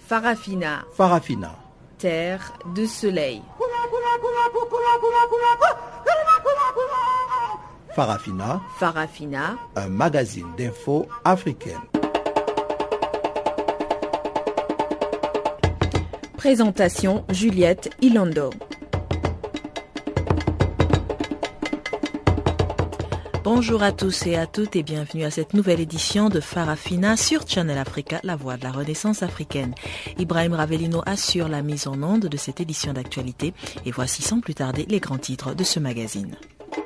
Farafina. Farafina. Terre de soleil. Farafina. Farafina. Un magazine d'infos africaine. Présentation Juliette Ilondo. Bonjour à tous et à toutes et bienvenue à cette nouvelle édition de Farafina sur Channel Africa, la voix de la Renaissance africaine. Ibrahim Ravelino assure la mise en onde de cette édition d'actualité et voici sans plus tarder les grands titres de ce magazine.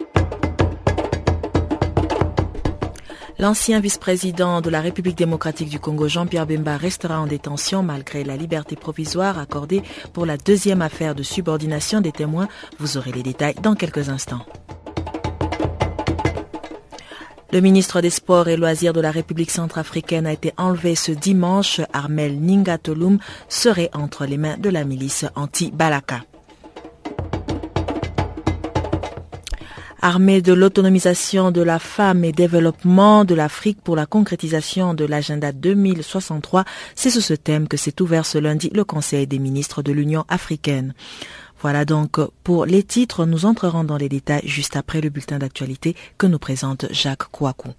L'ancien vice-président de la République démocratique du Congo, Jean-Pierre Bemba, restera en détention malgré la liberté provisoire accordée pour la deuxième affaire de subordination des témoins. Vous aurez les détails dans quelques instants. Le ministre des Sports et Loisirs de la République centrafricaine a été enlevé ce dimanche. Armel Ningatoloum serait entre les mains de la milice anti-Balaka. Armée de l'autonomisation de la femme et développement de l'Afrique pour la concrétisation de l'agenda 2063, c'est sous ce thème que s'est ouvert ce lundi le Conseil des ministres de l'Union africaine. Voilà donc pour les titres. Nous entrerons dans les détails juste après le bulletin d'actualité que nous présente Jacques Kouakou.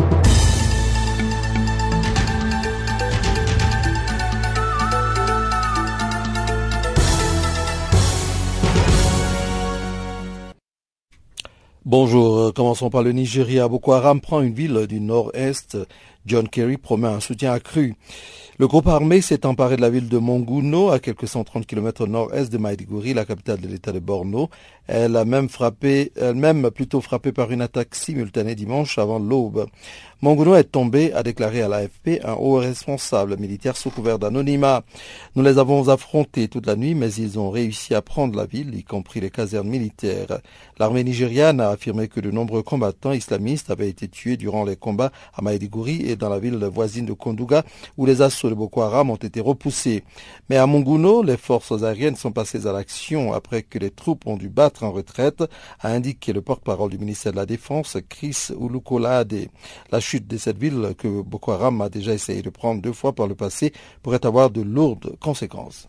Bonjour, commençons par le Nigeria. Boko Haram prend une ville du nord-est. John Kerry promet un soutien accru. Le groupe armé s'est emparé de la ville de Monguno, à quelques 130 km au nord-est de Maïdigori, la capitale de l'état de Borno. Elle-même frappée par une attaque simultanée dimanche avant l'aube. Monguno est tombé, a déclaré à l'AFP un haut responsable militaire sous couvert d'anonymat. Nous les avons affrontés toute la nuit, mais ils ont réussi à prendre la ville, y compris les casernes militaires. L'armée nigériane a affirmé que de nombreux combattants islamistes avaient été tués durant les combats à Maïdigori et dans la ville voisine de Kondouga, où les assauts de Boko Haram ont été repoussés. Mais à Monguno, les forces aériennes sont passées à l'action après que les troupes ont dû battre en retraite, a indiqué le porte-parole du ministère de la Défense, Chris Ulukolade. La chute de cette ville, que Boko Haram a déjà essayé de prendre 2 fois par le passé, pourrait avoir de lourdes conséquences.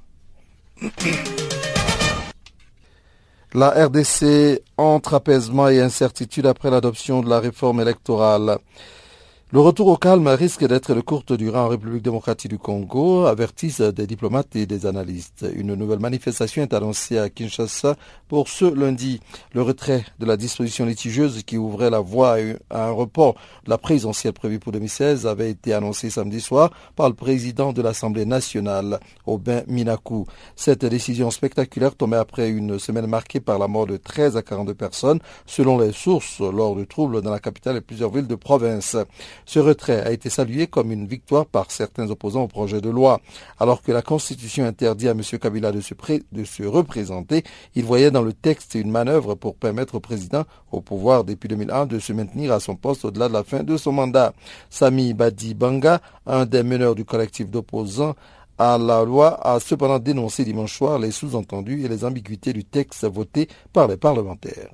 La RDC entre apaisement et incertitude après l'adoption de la réforme électorale. Le retour au calme risque d'être de courte durée en République démocratique du Congo, avertissent des diplomates et des analystes. Une nouvelle manifestation est annoncée à Kinshasa pour ce lundi. Le retrait de la disposition litigieuse qui ouvrait la voie à un report de la présidentielle prévue pour 2016 avait été annoncé samedi soir par le président de l'Assemblée nationale, Aubin Minakou. Cette décision spectaculaire tombait après une semaine marquée par la mort de 13 à 42 personnes, selon les sources, lors de troubles dans la capitale et plusieurs villes de province. Ce retrait a été salué comme une victoire par certains opposants au projet de loi. Alors que la Constitution interdit à M. Kabila de se représenter, il voyait dans le texte une manœuvre pour permettre au président au pouvoir depuis 2001 de se maintenir à son poste au-delà de la fin de son mandat. Sami Badi Banga, un des meneurs du collectif d'opposants à la loi, a cependant dénoncé dimanche soir les sous-entendus et les ambiguïtés du texte voté par les parlementaires.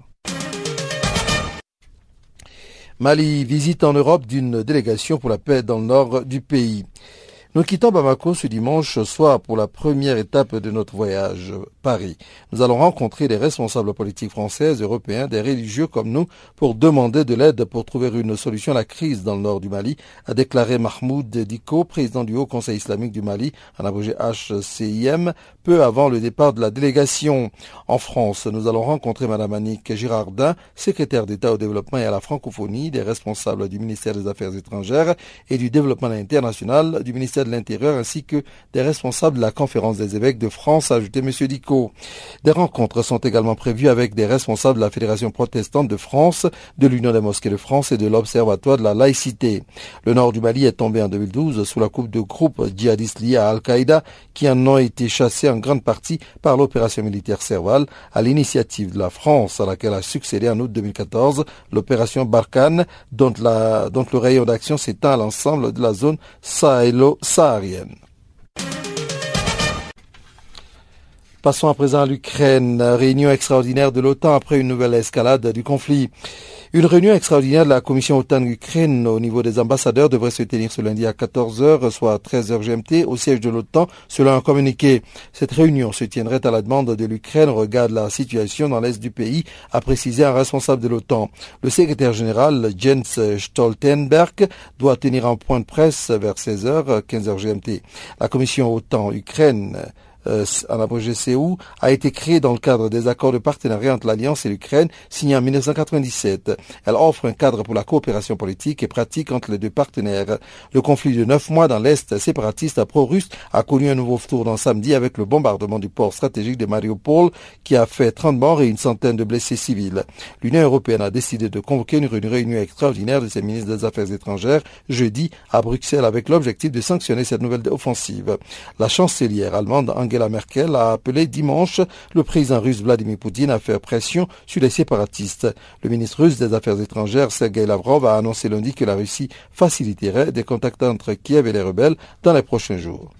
Mali, visite en Europe d'une délégation pour la paix dans le nord du pays. Nous quittons Bamako ce dimanche soir pour la première étape de notre voyage, Paris. Nous allons rencontrer des responsables politiques français, européens, des religieux comme nous pour demander de l'aide pour trouver une solution à la crise dans le nord du Mali, a déclaré Mahmoud Diko, président du Haut Conseil islamique du Mali, en abrégé HCIM, peu avant le départ de la délégation. En France, nous allons rencontrer Mme Annick Girardin, secrétaire d'État au développement et à la francophonie, des responsables du ministère des Affaires étrangères et du développement international, du ministère de l'Intérieur ainsi que des responsables de la Conférence des évêques de France, a ajouté M. Dicot. Des rencontres sont également prévues avec des responsables de la Fédération protestante de France, de l'Union des mosquées de France et de l'Observatoire de la laïcité. Le nord du Mali est tombé en 2012 sous la coupe de groupes djihadistes liés à Al-Qaïda qui en ont été chassés en grande partie par l'opération militaire Serval à l'initiative de la France, à laquelle a succédé en août 2014 l'opération Barkhane dont le rayon d'action s'étend à l'ensemble de la zone sahélo-saharienne. Passons à présent à l'Ukraine. Réunion extraordinaire de l'OTAN après une nouvelle escalade du conflit. Une réunion extraordinaire de la commission OTAN-Ukraine au niveau des ambassadeurs devrait se tenir ce lundi à 14h, soit à 13h GMT, au siège de l'OTAN, selon un communiqué. Cette réunion se tiendrait à la demande de l'Ukraine au regard de la situation dans l'est du pays, a précisé un responsable de l'OTAN. Le secrétaire général, Jens Stoltenberg, doit tenir un point de presse vers 16h, 15h GMT. La commission OTAN-Ukraine en abrégé CEU, a été créée dans le cadre des accords de partenariat entre l'Alliance et l'Ukraine signés en 1997. Elle offre un cadre pour la coopération politique et pratique entre les deux partenaires. Le conflit de 9 mois dans l'Est séparatiste pro-russe a connu un nouveau tournant samedi avec le bombardement du port stratégique de Mariupol qui a fait 30 morts et une centaine de blessés civils. L'Union européenne a décidé de convoquer une réunion extraordinaire de ses ministres des Affaires étrangères jeudi à Bruxelles avec l'objectif de sanctionner cette nouvelle offensive. La chancelière allemande Angela Merkel a appelé dimanche le président russe Vladimir Poutine à faire pression sur les séparatistes. Le ministre russe des Affaires étrangères Sergei Lavrov a annoncé lundi que la Russie faciliterait des contacts entre Kiev et les rebelles dans les prochains jours.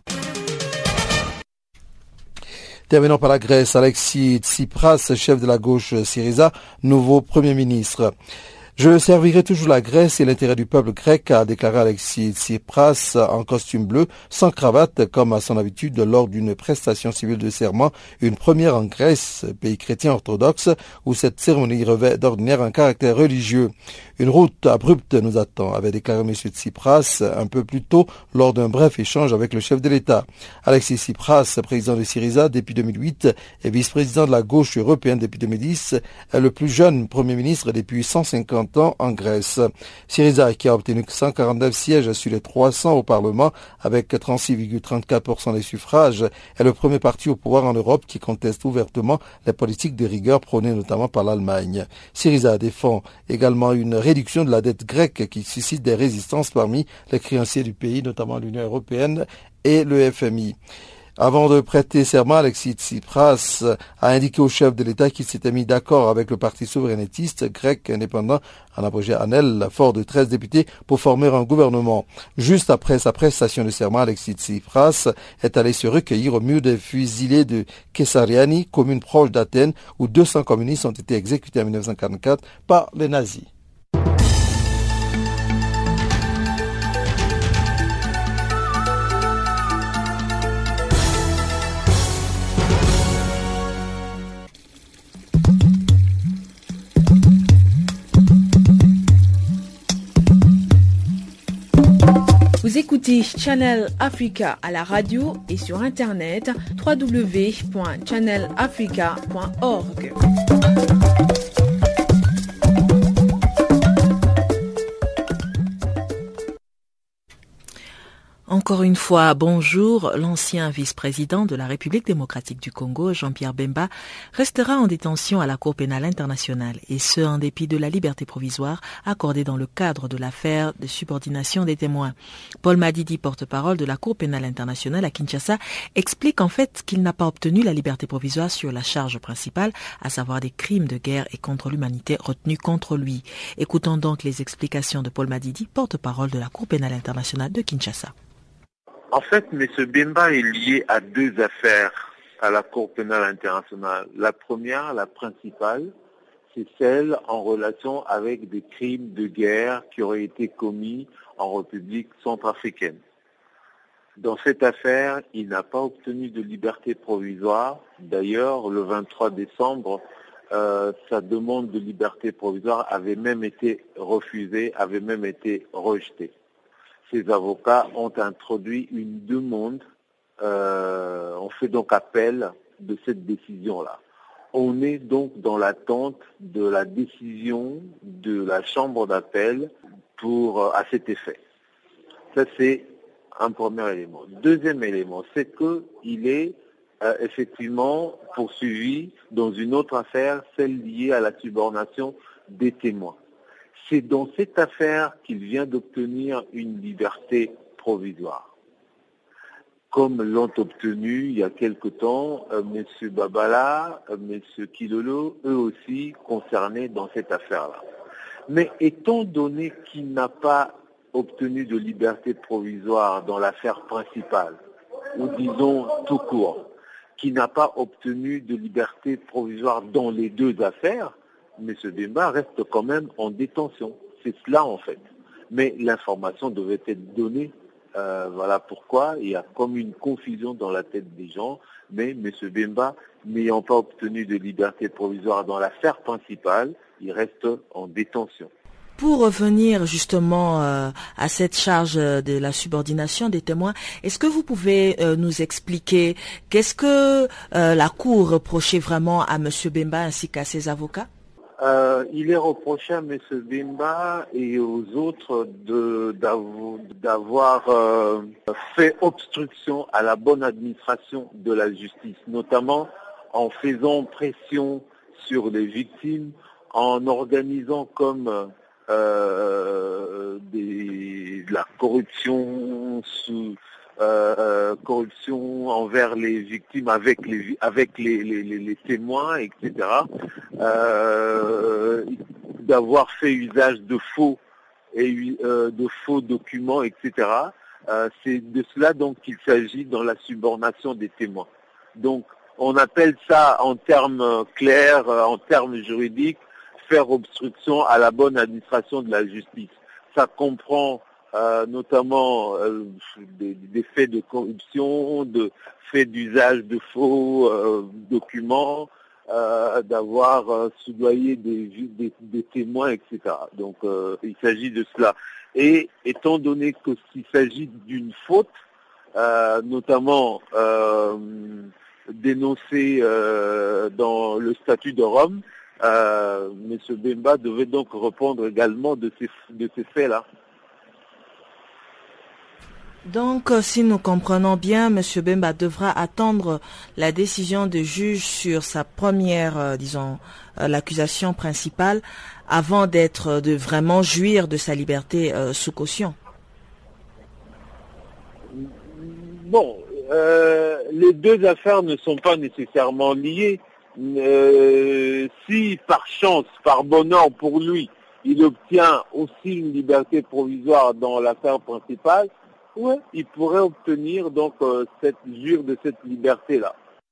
Terminons par la Grèce. Alexis Tsipras, chef de la gauche Syriza, nouveau Premier ministre. Je servirai toujours la Grèce et l'intérêt du peuple grec, a déclaré Alexis Tsipras en costume bleu, sans cravate, comme à son habitude lors d'une prestation civile de serment, une première en Grèce, pays chrétien orthodoxe, où cette cérémonie revêt d'ordinaire un caractère religieux. Une route abrupte nous attend, avait déclaré M. Tsipras un peu plus tôt lors d'un bref échange avec le chef de l'État. Alexis Tsipras, président de Syriza depuis 2008 et vice-président de la gauche européenne depuis 2010, est le plus jeune Premier ministre depuis 150 ans en Grèce. Syriza, qui a obtenu 149 sièges sur les 300 au Parlement avec 36,34% des suffrages, est le premier parti au pouvoir en Europe qui conteste ouvertement les politiques de rigueur prônées notamment par l'Allemagne. Syriza défend également une réduction de la dette grecque qui suscite des résistances parmi les créanciers du pays, notamment l'Union européenne et le FMI. Avant de prêter serment, Alexis Tsipras a indiqué au chef de l'État qu'il s'était mis d'accord avec le parti souverainettiste grec indépendant, en abrégé ANEL, fort de 13 députés, pour former un gouvernement. Juste après sa prestation de serment, Alexis Tsipras est allé se recueillir au mur des fusillés de Kessariani, commune proche d'Athènes, où 200 communistes ont été exécutés en 1944 par les nazis. Vous écoutez Channel Africa à la radio et sur internet www.channelafrica.org. Encore une fois, bonjour. L'ancien vice-président de la République démocratique du Congo, Jean-Pierre Bemba, restera en détention à la Cour pénale internationale, et ce en dépit de la liberté provisoire accordée dans le cadre de l'affaire de subordination des témoins. Paul Madidi, porte-parole de la Cour pénale internationale à Kinshasa, explique en fait qu'il n'a pas obtenu la liberté provisoire sur la charge principale, à savoir des crimes de guerre et contre l'humanité retenus contre lui. Écoutons donc les explications de Paul Madidi, porte-parole de la Cour pénale internationale de Kinshasa. En fait, M. Bemba est lié à deux affaires à la Cour pénale internationale. La première, la principale, c'est celle en relation avec des crimes de guerre qui auraient été commis en République centrafricaine. Dans cette affaire, il n'a pas obtenu de liberté provisoire. D'ailleurs, le 23 décembre, sa demande de liberté provisoire avait même été refusée, avait même été rejetée. Ses avocats ont introduit une demande, on fait donc appel de cette décision-là. On est donc dans l'attente de la décision de la chambre d'appel à cet effet. Ça, c'est un premier élément. Deuxième élément, c'est qu'il est effectivement poursuivi dans une autre affaire, celle liée à la subordination des témoins. C'est dans cette affaire qu'il vient d'obtenir une liberté provisoire. Comme l'ont obtenu il y a quelque temps M. Babala, M. Kilolo, eux aussi concernés dans cette affaire-là. Mais étant donné qu'il n'a pas obtenu de liberté provisoire dans l'affaire principale, ou disons tout court, qu'il n'a pas obtenu de liberté provisoire dans les deux affaires, M. Bemba reste quand même en détention. C'est cela en fait. Mais l'information devait être donnée. Voilà pourquoi il y a comme une confusion dans la tête des gens. Mais M. Bemba, n'ayant pas obtenu de liberté provisoire dans l'affaire principale, il reste en détention. Pour revenir justement à cette charge de la subordination des témoins, est-ce que vous pouvez nous expliquer qu'est-ce que la Cour reprochait vraiment à M. Bemba ainsi qu'à ses avocats? Il est reproché à M. Bemba et aux autres d'avoir fait obstruction à la bonne administration de la justice, notamment en faisant pression sur les victimes, en organisant comme de la corruption corruption envers les victimes avec les témoins, etc. D'avoir fait usage de faux documents, etc. C'est de cela donc qu'il s'agit dans la subornation des témoins. Donc on appelle ça en termes clairs, en termes juridiques, faire obstruction à la bonne administration de la justice. Ça comprend notamment des faits de corruption, de faits d'usage de faux documents, d'avoir soudoyé des témoins, etc. Donc il s'agit de cela. Et étant donné qu'il s'agit d'une faute, notamment dénoncée dans le statut de Rome, M. Bemba devait donc répondre également de ces faits-là. Donc, si nous comprenons bien, M. Bemba devra attendre la décision du juge sur sa première, l'accusation principale, avant de vraiment jouir de sa liberté sous caution. Bon, les deux affaires ne sont pas nécessairement liées. Si par chance, par bonheur pour lui, il obtient aussi une liberté provisoire dans l'affaire principale, ouais, il pourrait obtenir donc cette liberté-là.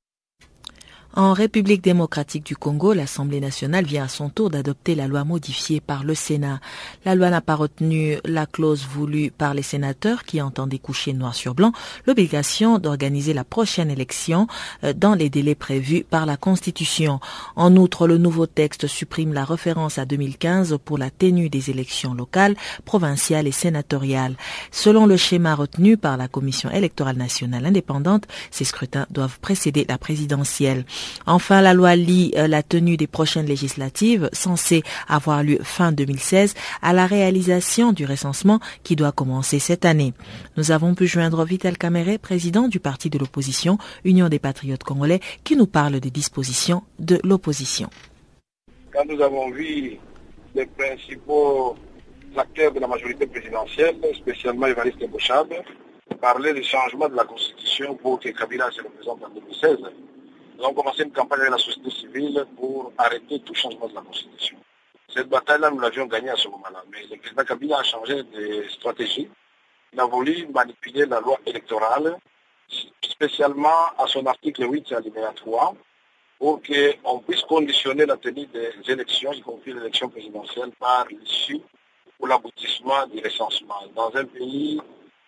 En République démocratique du Congo, l'Assemblée nationale vient à son tour d'adopter la loi modifiée par le Sénat. La loi n'a pas retenu la clause voulue par les sénateurs qui entendaient coucher noir sur blanc l'obligation d'organiser la prochaine élection dans les délais prévus par la Constitution. En outre, le nouveau texte supprime la référence à 2015 pour la tenue des élections locales, provinciales et sénatoriales. Selon le schéma retenu par la Commission électorale nationale indépendante, ces scrutins doivent précéder la présidentielle. Enfin, la loi lie la tenue des prochaines législatives, censées avoir lieu fin 2016, à la réalisation du recensement qui doit commencer cette année. Nous avons pu joindre Vital Kamerhe, président du parti de l'opposition, Union des patriotes congolais, qui nous parle des dispositions de l'opposition. Quand nous avons vu les principaux acteurs de la majorité présidentielle, spécialement Évariste Boshab, parler du changement de la Constitution pour que Kabila se représente en 2016, nous avons commencé une campagne avec la société civile pour arrêter tout changement de la Constitution. Cette bataille-là, nous l'avions gagnée à ce moment-là. Mais le président Kabila a changé de stratégie. Il a voulu manipuler la loi électorale, spécialement à son article 8 alinéa 3, pour qu'on puisse conditionner la tenue des élections, y compris l'élection présidentielle, par l'issue ou l'aboutissement du recensement. Dans un pays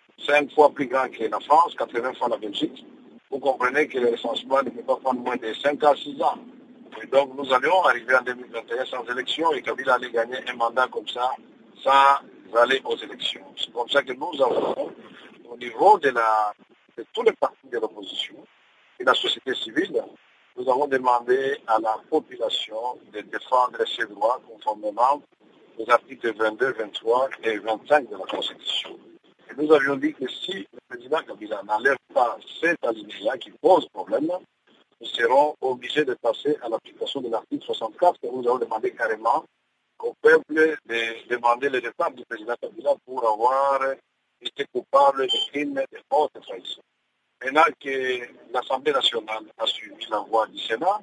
5 fois plus grand que la France, 80 fois la Belgique, vous comprenez que le recensement ne peut pas prendre moins de 5 à 6 ans. Et donc nous allions arriver en 2021 sans élection et Kabila allait gagner un mandat comme ça sans aller aux élections. C'est comme ça que nous avons, au niveau de tous les partis de l'opposition et de la société civile, nous avons demandé à la population de défendre ses droits conformément aux articles 22, 23 et 25 de la Constitution. Et nous avions dit que si le président Kabila n'enlève pas cet alinéa qui pose problème, nous serons obligés de passer à l'application de l'article 64 que nous avons demandé carrément au peuple de demander le départ du président Kabila pour avoir été coupable de crimes de haute trahison. Maintenant que l'Assemblée nationale a suivi la voie du Sénat,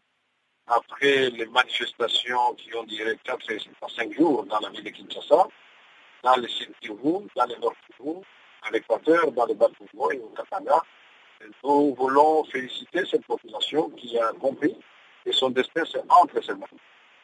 après les manifestations qui ont duré 4 à 5 jours dans la ville de Kinshasa, dans le sud Kivu, dans le nord Kivu, à l'Équateur, dans le bas Kivu et au Katanga, nous voulons féliciter cette population qui a compris que son destin c'est entre ses mains.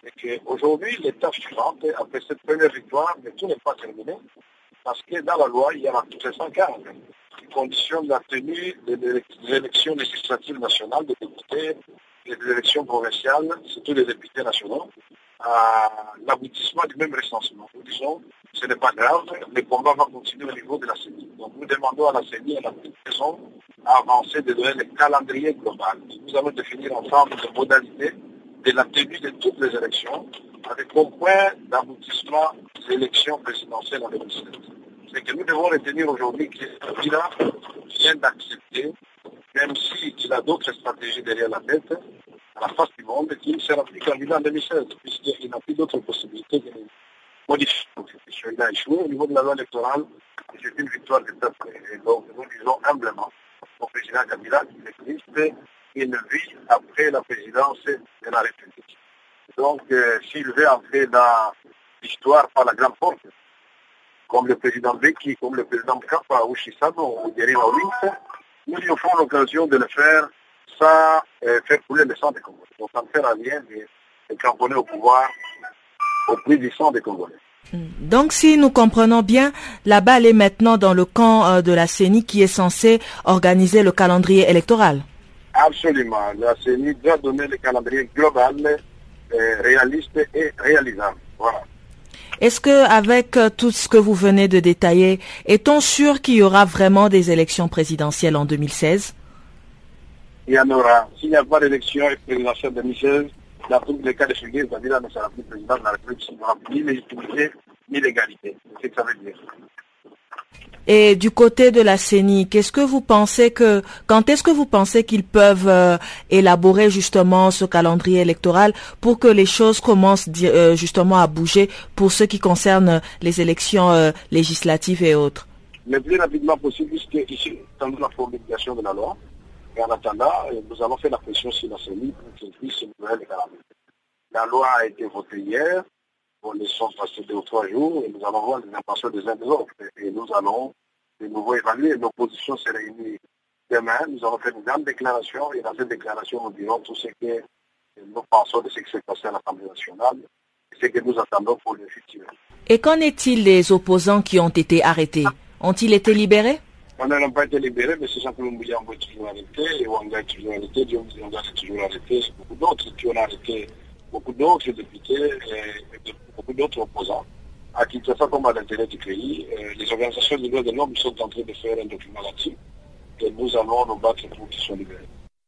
Et qu'aujourd'hui, l'étape suivante, après cette première victoire, mais tout n'est pas terminé, parce que dans la loi, il y a l'article 140 qui conditionne la tenue des élections législatives nationales des députés et des élections provinciales, surtout des députés nationaux, à l'aboutissement du même recensement. Nous disons, ce n'est pas grave, le combat va continuer au niveau de la CENI. Donc nous demandons à la CENI, à la raison, à avancer de donner le calendrier global. Nous allons définir ensemble les modalités de la tenue de toutes les élections, avec comme point d'aboutissement les élections présidentielles en 2017. C'est que nous devons retenir aujourd'hui que Kabila vient d'accepter, même s'il a d'autres stratégies derrière la tête, à la face du monde, qu'il ne sera plus candidat en 2016, puisqu'il n'a plus d'autres possibilités de modifier la constitution. Il a échoué au niveau de la loi électorale, et c'est une victoire de peuple. Et donc nous disons humblement au président Kabila qu'il existe une vie après la présidence de la République. Donc s'il veut entrer dans l'histoire par la grande porte, comme le président Beki, comme le président Mkapa ou Shisano ou Derry Maurix, nous lui offrons l'occasion de le faire sans faire couler le sang des Congolais. Donc ça ne sert à rien de cramponner au pouvoir au prix du sang des Congolais. Donc si nous comprenons bien, la balle est maintenant dans le camp de la CENI qui est censé organiser le calendrier électoral. Absolument. La CENI doit donner le calendrier global, réaliste et réalisable. Voilà. Est-ce que avec tout ce que vous venez de détailler, est-on sûr qu'il y aura vraiment des élections présidentielles en 2016? Il y en aura. S'il n'y a pas d'élection présidentielle en 2016, dans tous les cas de figure, Kabila ne sera plus président de la République, il n'y aura ni légitimité ni légalité. C'est ce que ça veut dire. Et du côté de la CENI, quand est-ce que vous pensez qu'ils peuvent élaborer justement ce calendrier électoral pour que les choses commencent justement à bouger pour ce qui concerne les élections législatives et autres? Le plus rapidement possible, puisque ici, nous attendons la promulgation de la loi. Et en attendant, nous allons faire la pression sur la CENI pour qu'elle puisse nouvelle le calendrier. La loi a été votée hier. On les sont passés 2 ou 3 jours et nous allons voir les intentions des uns des autres. Et nous allons de nouveau évaluer. Nos positions se réunissent demain. Nous allons faire une grande déclaration et dans cette déclaration, nous dirons tout ce que nous pensons de ce qui s'est passé à l'Assemblée nationale et ce que nous attendons pour le futur. Et qu'en est-il des opposants qui ont été arrêtés? Ont-ils été libérés? On n'a pas été libérés, mais c'est simplement Mouyambo est toujours arrêté, et Wanga est toujours arrêté, Diom Zionga est toujours arrêté, beaucoup d'autres qui ont arrêté, beaucoup d'autres députés et beaucoup d'autres opposants. À Kinshasa comme à l'intérieur du pays, les organisations des droits de l'homme sont en train de faire un document là-dessus, et nous allons nous battre pour qu'ils soient libérés.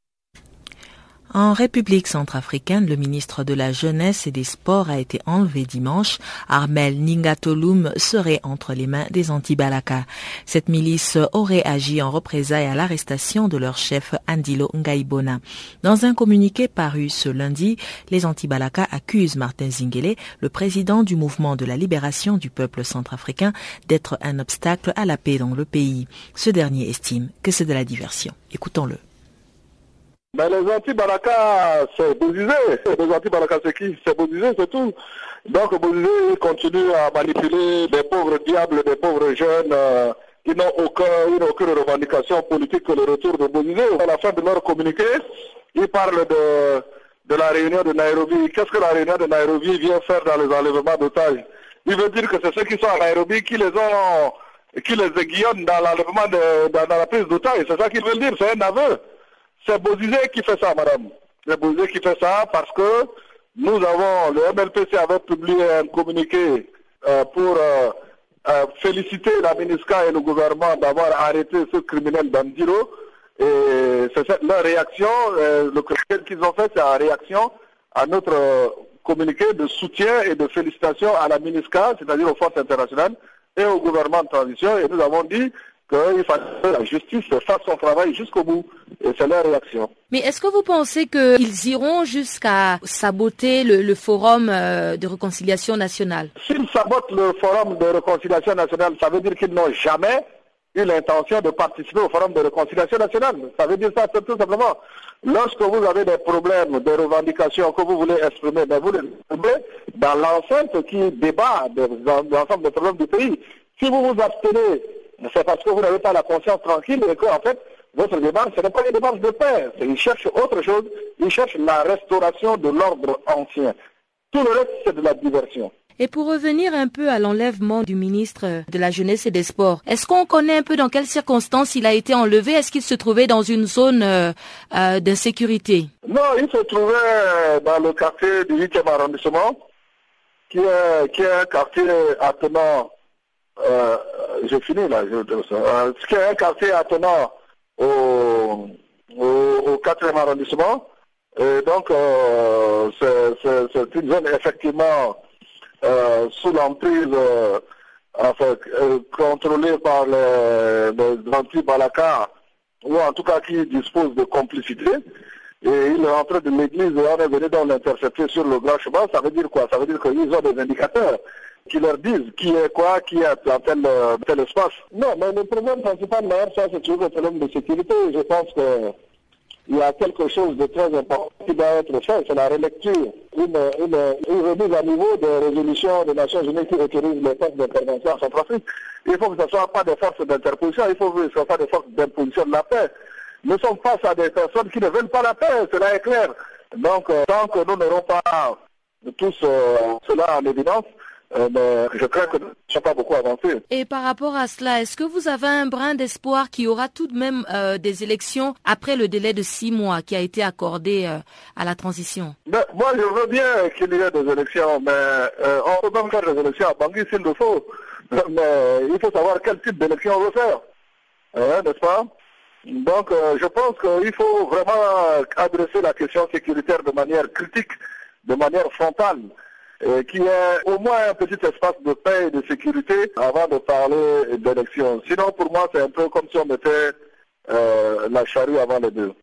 En République centrafricaine, le ministre de la Jeunesse et des Sports a été enlevé dimanche. Armel Ningatolum serait entre les mains des anti-Balaka. Cette milice aurait agi en représailles à l'arrestation de leur chef Andilo Ngaibona. Dans un communiqué paru ce lundi, les anti-Balaka accusent Martin Zingele, le président du mouvement de la libération du peuple centrafricain, d'être un obstacle à la paix dans le pays. Ce dernier estime que c'est de la diversion. Écoutons-le. Mais les anti-Balaka, c'est Bozizé. Les anti-Balaka, c'est qui? C'est Bozizé, c'est tout. Donc Bozizé continue à manipuler des pauvres diables, des pauvres jeunes qui n'ont aucune revendication politique que le retour de Bozizé. À la fin de leur communiqué, ils parlent de la réunion de Nairobi. Qu'est-ce que la réunion de Nairobi vient faire dans les enlèvements d'otages? Il veut dire que c'est ceux qui sont à Nairobi qui les aiguillonnent dans l'enlèvement dans la prise d'otages. C'est ça qu'ils veulent dire, c'est un aveu. C'est Bozizé qui fait ça, madame. C'est Bozizé qui fait ça parce que le MLPC avait publié un communiqué pour féliciter la MINUSCA et le gouvernement d'avoir arrêté ce criminel d'Andiro. Et c'est leur réaction, le criminel qu'ils ont fait, c'est en réaction à notre communiqué de soutien et de félicitations à la MINUSCA, c'est-à-dire aux forces internationales et au gouvernement de transition. Et nous avons dit qu'il fallait que la justice fasse son travail jusqu'au bout. Et c'est leur réaction. Mais est-ce que vous pensez qu'ils iront jusqu'à saboter le forum de réconciliation nationale? S'ils sabotent le forum de réconciliation nationale, ça veut dire qu'ils n'ont jamais eu l'intention de participer au forum de réconciliation nationale. Ça veut dire ça tout simplement. Lorsque vous avez des problèmes de revendication que vous voulez exprimer, vous les exprimez dans l'enceinte qui débat de l'ensemble des problèmes du pays. Si vous vous abstenez, c'est parce que vous n'avez pas la conscience tranquille et que, en fait, votre démarche, ce n'est pas une démarche de paix. Ils cherchent autre chose. Ils cherchent la restauration de l'ordre ancien. Tout le reste, c'est de la diversion. Et pour revenir un peu à l'enlèvement du ministre de la Jeunesse et des Sports, est-ce qu'on connaît un peu dans quelles circonstances il a été enlevé? Est-ce qu'il se trouvait dans une zone d'insécurité? Non, il se trouvait dans le quartier du 8e arrondissement, qui est un quartier attenant, j'ai fini là, qui est un quartier attenant au 4e arrondissement. Et donc, c'est une zone effectivement sous l'emprise, contrôlée par les anti-Balaka, ou en tout cas qui dispose de complicité. Et il est rentré de l'église et on est venu dans l'intercepter sur le grand chemin. Ça veut dire quoi? Ça veut dire qu'ils ont des indicateurs qui leur disent qui est quoi, qui est dans tel espace. Non, mais le problème principal, ça c'est toujours le problème de sécurité. Je pense que il y a quelque chose de très important qui doit être fait, c'est la relecture, une remise à niveau des résolutions des Nations Unies qui autorisent les forces d'intervention en Centrafrique. Il faut que ce ne soit pas des forces d'interposition, il faut que ce ne soit pas des forces d'imposition de la paix. Nous sommes face à des personnes qui ne veulent pas la paix, cela est clair. Donc, tant que nous n'aurons pas tous cela en évidence, mais je crains que nous ne soyons pas beaucoup avancés. Et par rapport à cela, est-ce que vous avez un brin d'espoir qu'il y aura tout de même des élections après le délai de 6 mois qui a été accordé à la transition? Moi, je veux bien qu'il y ait des élections, mais on peut même faire des élections à Bangui s'il le faut. Mais il faut savoir quel type d'élection on veut faire, n'est-ce pas? Donc, je pense qu'il faut vraiment adresser la question sécuritaire de manière critique, de manière frontale, qu'il y ait au moins un petit espace de paix et de sécurité avant de parler d'élection. Sinon, pour moi, c'est un peu comme si on mettait la charrue avant les bœufs.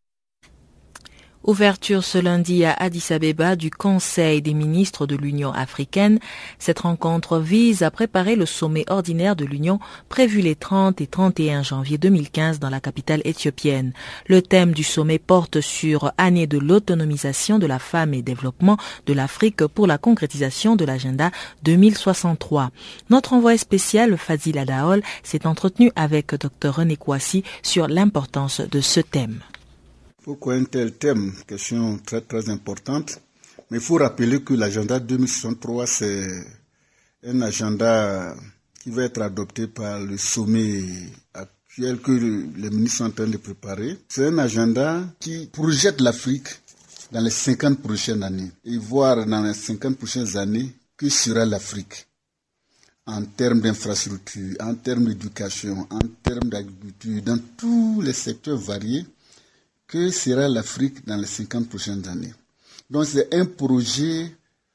Ouverture ce lundi à Addis Abeba du Conseil des ministres de l'Union africaine. Cette rencontre vise à préparer le sommet ordinaire de l'Union prévu les 30 et 31 janvier 2015 dans la capitale éthiopienne. Le thème du sommet porte sur année de l'autonomisation de la femme et développement de l'Afrique pour la concrétisation de l'agenda 2063. Notre envoyé spécial Fazil Adaol s'est entretenu avec Dr René Kouassi sur l'importance de ce thème. Pourquoi un tel thème? Question très très importante. Mais il faut rappeler que l'agenda 2063, c'est un agenda qui va être adopté par le sommet actuel que les ministres sont en train de préparer. C'est un agenda qui projette l'Afrique dans les 50 prochaines années. Et voir dans les 50 prochaines années que sera l'Afrique en termes d'infrastructure, en termes d'éducation, en termes d'agriculture, dans tous les secteurs variés. Que sera l'Afrique dans les 50 prochaines années. Donc c'est un projet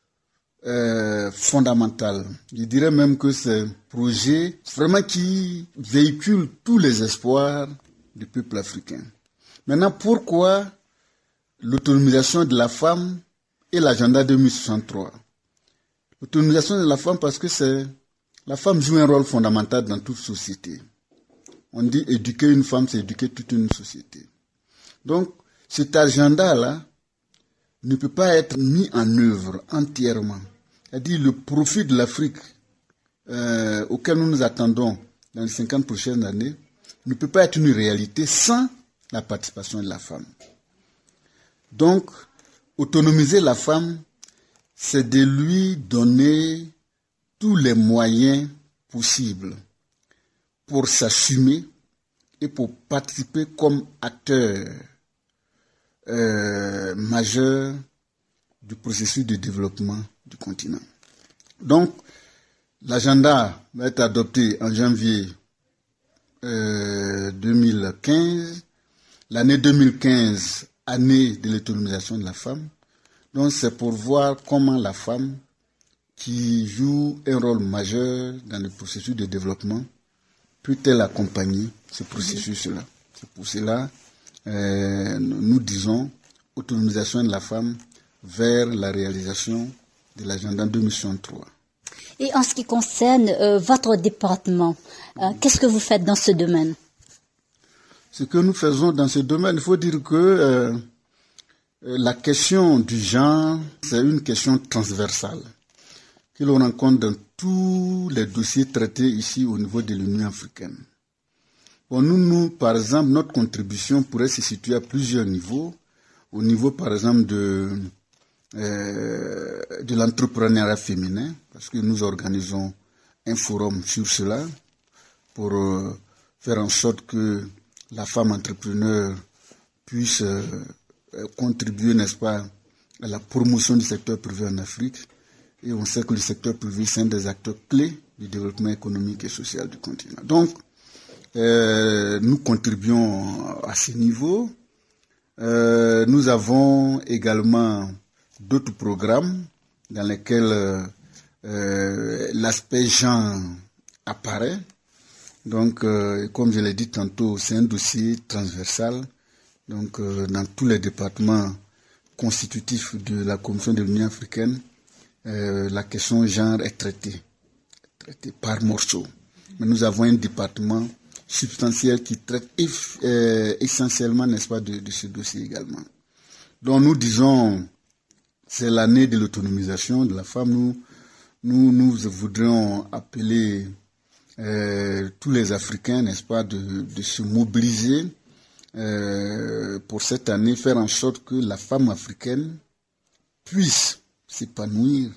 fondamental. Je dirais même que c'est un projet vraiment qui véhicule tous les espoirs du peuple africain. Maintenant, pourquoi l'autonomisation de la femme et l'agenda 2063? L'autonomisation de la femme parce que la femme joue un rôle fondamental dans toute société. On dit éduquer une femme, c'est éduquer toute une société. Donc, cet agenda-là ne peut pas être mis en œuvre entièrement. C'est-à-dire le profit de l'Afrique auquel nous nous attendons dans les 50 prochaines années ne peut pas être une réalité sans la participation de la femme. Donc, autonomiser la femme, c'est de lui donner tous les moyens possibles pour s'assumer et pour participer comme acteur majeur du processus de développement du continent. Donc, l'agenda va être adopté en janvier 2015. L'année 2015, année de l'autonomisation de la femme. Donc, c'est pour voir comment la femme, qui joue un rôle majeur dans le processus de développement, peut-elle accompagner ce processus-là. C'est pour cela nous disons autonomisation de la femme vers la réalisation de l'agenda 2063. Et en ce qui concerne votre département, qu'est-ce que vous faites dans ce domaine? Ce que nous faisons dans ce domaine, il faut dire que la question du genre, c'est une question transversale que l'on rencontre dans tous les dossiers traités ici au niveau de l'Union africaine. Bon, nous, par exemple, notre contribution pourrait se situer à plusieurs niveaux. Au niveau, par exemple, de de l'entrepreneuriat féminin, parce que nous organisons un forum sur cela pour faire en sorte que la femme entrepreneur puisse contribuer, n'est-ce pas, à la promotion du secteur privé en Afrique. Et on sait que le secteur privé, c'est un des acteurs clés du développement économique et social du continent. Donc, nous contribuons à ce niveau. Nous avons également d'autres programmes dans lesquels l'aspect genre apparaît. Donc, comme je l'ai dit tantôt, c'est un dossier transversal. Donc, dans tous les départements constitutifs de la Commission de l'Union africaine, la question genre est traitée par morceaux. Mais nous avons un département substantiel qui traite essentiellement, n'est-ce pas, de ce dossier également. Donc, nous disons, c'est l'année de l'autonomisation de la femme. Nous voudrions appeler tous les Africains, n'est-ce pas, de se mobiliser pour cette année, faire en sorte que la femme africaine puisse s'épanouir,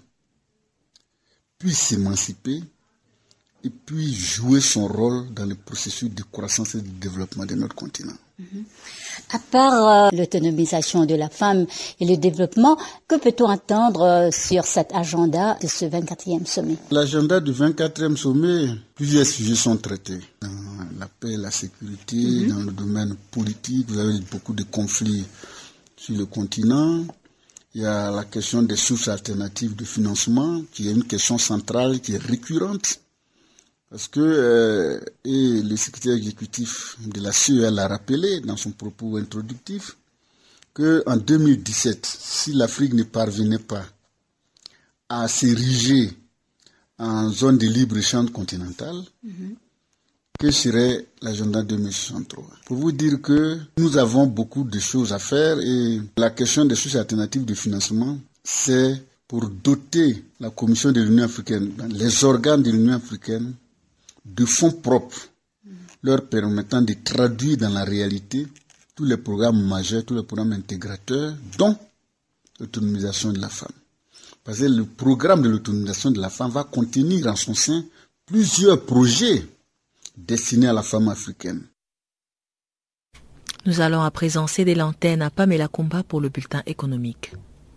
puisse s'émanciper et puis jouer son rôle dans le processus de croissance et de développement de notre continent. À part l'autonomisation de la femme et le développement, que peut-on entendre sur cet agenda de ce 24e sommet? L'agenda du 24e sommet, plusieurs sujets sont traités. Dans la paix, la sécurité, dans le domaine politique, vous avez beaucoup de conflits sur le continent. Il y a la question des sources alternatives de financement, qui est une question centrale, qui est récurrente. Parce que et le secrétaire exécutif de la CEA l'a rappelé dans son propos introductif, qu'en 2017, si l'Afrique ne parvenait pas à s'ériger en zone de libre-échange continentale, que serait l'agenda 2063? Pour vous dire que nous avons beaucoup de choses à faire et la question des sources alternatives de financement, c'est pour doter la Commission de l'Union africaine, les organes de l'Union africaine, de fonds propres, leur permettant de traduire dans la réalité tous les programmes majeurs, tous les programmes intégrateurs, dont l'autonomisation de la femme. Parce que le programme de l'autonomisation de la femme va contenir en son sein plusieurs projets destinés à la femme africaine. Nous allons à présent céder l'antenne à Pamela Kumba pour le bulletin économique.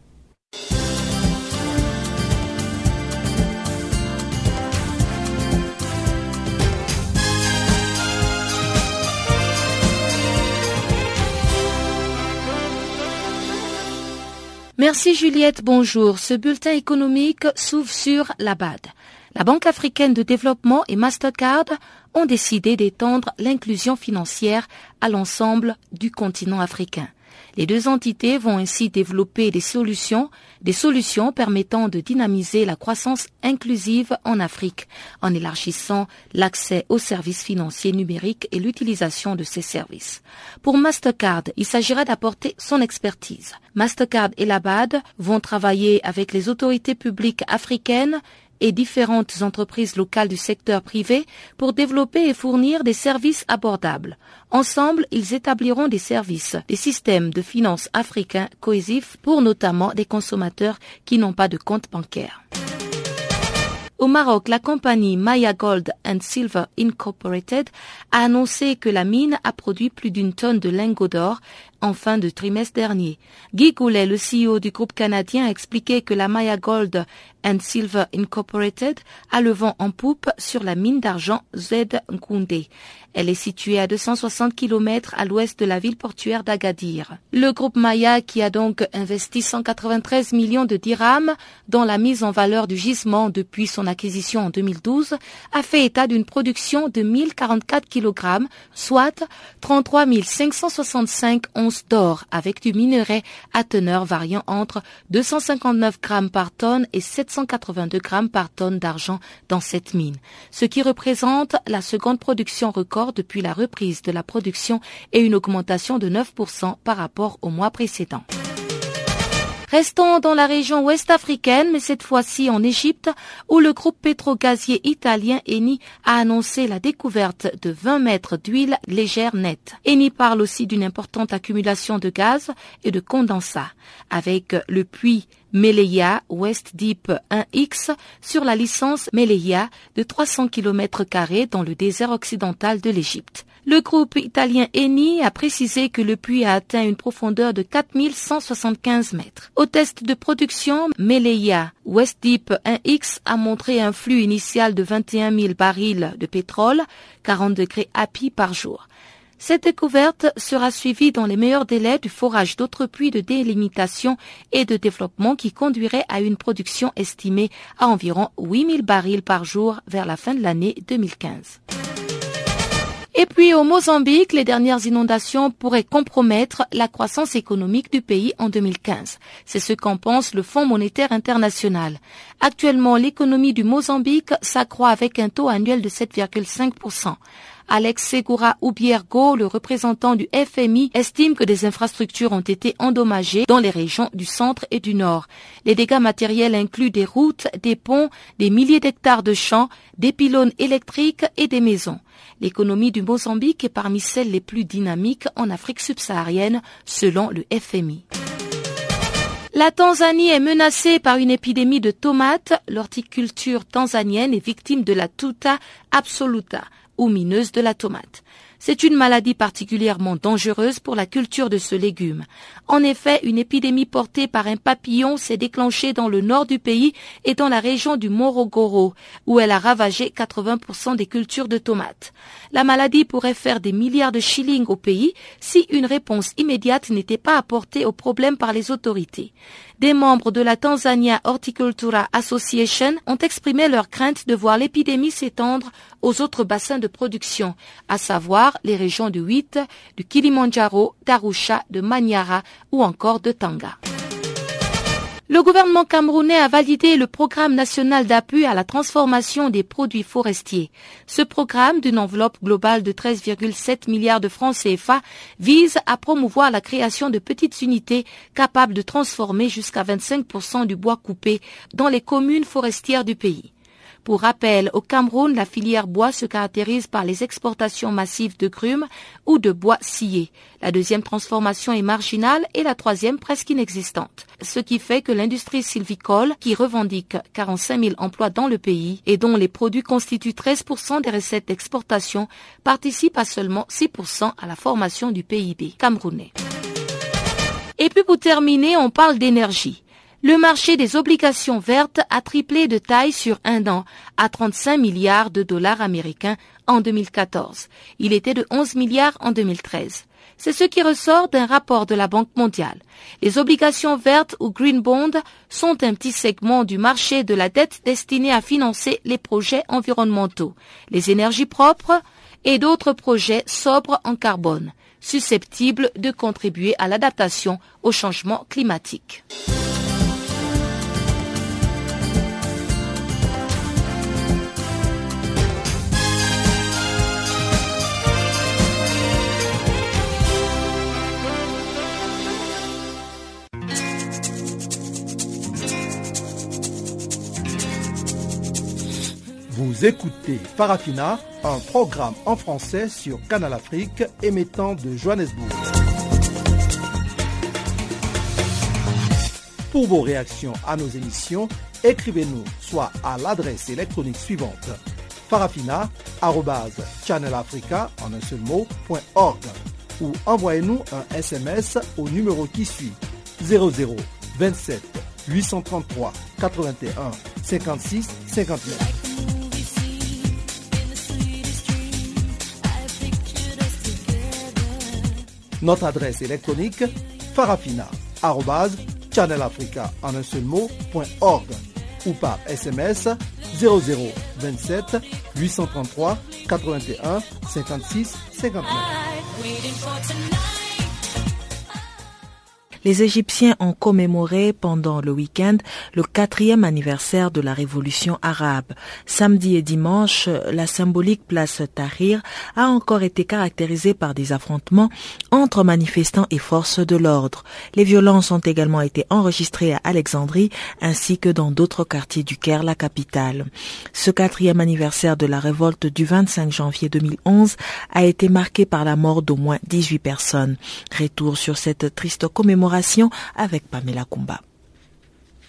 Merci Juliette, bonjour. Ce bulletin économique s'ouvre sur la BAD. La Banque africaine de développement et Mastercard ont décidé d'étendre l'inclusion financière à l'ensemble du continent africain. Les deux entités vont ainsi développer des solutions permettant de dynamiser la croissance inclusive en Afrique, en élargissant l'accès aux services financiers numériques et l'utilisation de ces services. Pour Mastercard, il s'agira d'apporter son expertise. Mastercard et la BAD vont travailler avec les autorités publiques africaines et différentes entreprises locales du secteur privé pour développer et fournir des services abordables. Ensemble, ils établiront des systèmes de finances africains cohésifs pour notamment des consommateurs qui n'ont pas de compte bancaire. Au Maroc, la compagnie Maya Gold and Silver Incorporated a annoncé que la mine a produit plus d'1 tonne de lingots d'or en fin de trimestre dernier. Guy Goulet, le CEO du groupe canadien, a expliqué que la Maya Gold and Silver Incorporated a le vent en poupe sur la mine d'argent Z Nkoundé. Elle est située à 260 km à l'ouest de la ville portuaire d'Agadir. Le groupe Maya, qui a donc investi 193 millions de dirhams dans la mise en valeur du gisement depuis son acquisition en 2012, a fait état d'une production de 1044 kg, soit 33 565 onces d'or, avec du minerai à teneur variant entre 259 grammes par tonne et 782 grammes par tonne d'argent dans cette mine, ce qui représente la seconde production record depuis la reprise de la production et une augmentation de 9% par rapport au mois précédent. Restons dans la région ouest africaine, mais cette fois-ci en Égypte, où le groupe pétro-gazier italien Eni a annoncé la découverte de 20 mètres d'huile légère nette. Eni parle aussi d'une importante accumulation de gaz et de condensat, avec le puits Meleia West Deep 1X sur la licence Meleia de 300 km² dans le désert occidental de l'Égypte. Le groupe italien Eni a précisé que le puits a atteint une profondeur de 4175 mètres. Au test de production, Meleia West Deep 1X a montré un flux initial de 21 000 barils de pétrole, 40 degrés API par jour. Cette découverte sera suivie dans les meilleurs délais du forage d'autres puits de délimitation et de développement qui conduirait à une production estimée à environ 8 000 barils par jour vers la fin de l'année 2015. Et puis au Mozambique, les dernières inondations pourraient compromettre la croissance économique du pays en 2015. C'est ce qu'en pense le Fonds monétaire international. Actuellement, l'économie du Mozambique s'accroît avec un taux annuel de 7,5%. Alex Segura Ubiergo, le représentant du FMI, estime que des infrastructures ont été endommagées dans les régions du centre et du nord. Les dégâts matériels incluent des routes, des ponts, des milliers d'hectares de champs, des pylônes électriques et des maisons. L'économie du Mozambique est parmi celles les plus dynamiques en Afrique subsaharienne, selon le FMI. La Tanzanie est menacée par une épidémie de tomates. L'horticulture tanzanienne est victime de la tuta absoluta, ou mineuse de la tomate. C'est une maladie particulièrement dangereuse pour la culture de ce légume. En effet, une épidémie portée par un papillon s'est déclenchée dans le nord du pays et dans la région du Morogoro, où elle a ravagé 80% des cultures de tomates. La maladie pourrait faire des milliards de shillings au pays si une réponse immédiate n'était pas apportée au problème par les autorités. Des membres de la Tanzania Horticultura Association ont exprimé leur crainte de voir l'épidémie s'étendre aux autres bassins de production, à savoir les régions du Huit, du Kilimandjaro, d'Arusha, de Manyara ou encore de Tanga. Le gouvernement camerounais a validé le programme national d'appui à la transformation des produits forestiers. Ce programme, d'une enveloppe globale de 13,7 milliards de francs CFA, vise à promouvoir la création de petites unités capables de transformer jusqu'à 25% du bois coupé dans les communes forestières du pays. Pour rappel, au Cameroun, la filière bois se caractérise par les exportations massives de grumes ou de bois sciés. La deuxième transformation est marginale et la troisième presque inexistante. Ce qui fait que l'industrie sylvicole, qui revendique 45 000 emplois dans le pays et dont les produits constituent 13% des recettes d'exportation, participe à seulement 6% à la formation du PIB camerounais. Et puis pour terminer, on parle d'énergie. Le marché des obligations vertes a triplé de taille sur un an à 35 milliards de dollars américains en 2014. Il était de 11 milliards en 2013. C'est ce qui ressort d'un rapport de la Banque mondiale. Les obligations vertes ou green bonds sont un petit segment du marché de la dette destiné à financer les projets environnementaux, les énergies propres et d'autres projets sobres en carbone, susceptibles de contribuer à l'adaptation au changement climatique. Vous écoutez Farafina, un programme en français sur Canal Afrique émettant de Johannesburg. Pour vos réactions à nos émissions, écrivez-nous soit à l'adresse électronique suivante farafina@channelafrica en un seul mot.org ou envoyez-nous un SMS au numéro qui suit 00 27 833 81 56 59. Notre adresse électronique farafina@channelafrica en un seul mot.org ou par SMS 0027 833 81 56 59. Les Égyptiens ont commémoré pendant le week-end le 4e anniversaire de la révolution arabe. Samedi et dimanche, la symbolique place Tahrir a encore été caractérisée par des affrontements entre manifestants et forces de l'ordre. Les violences ont également été enregistrées à Alexandrie ainsi que dans d'autres quartiers du Caire, la capitale. Ce 4e anniversaire de la révolte du 25 janvier 2011 a été marqué par la mort d'au moins 18 personnes. Retour sur cette triste commémoration avec Pamela Kumba.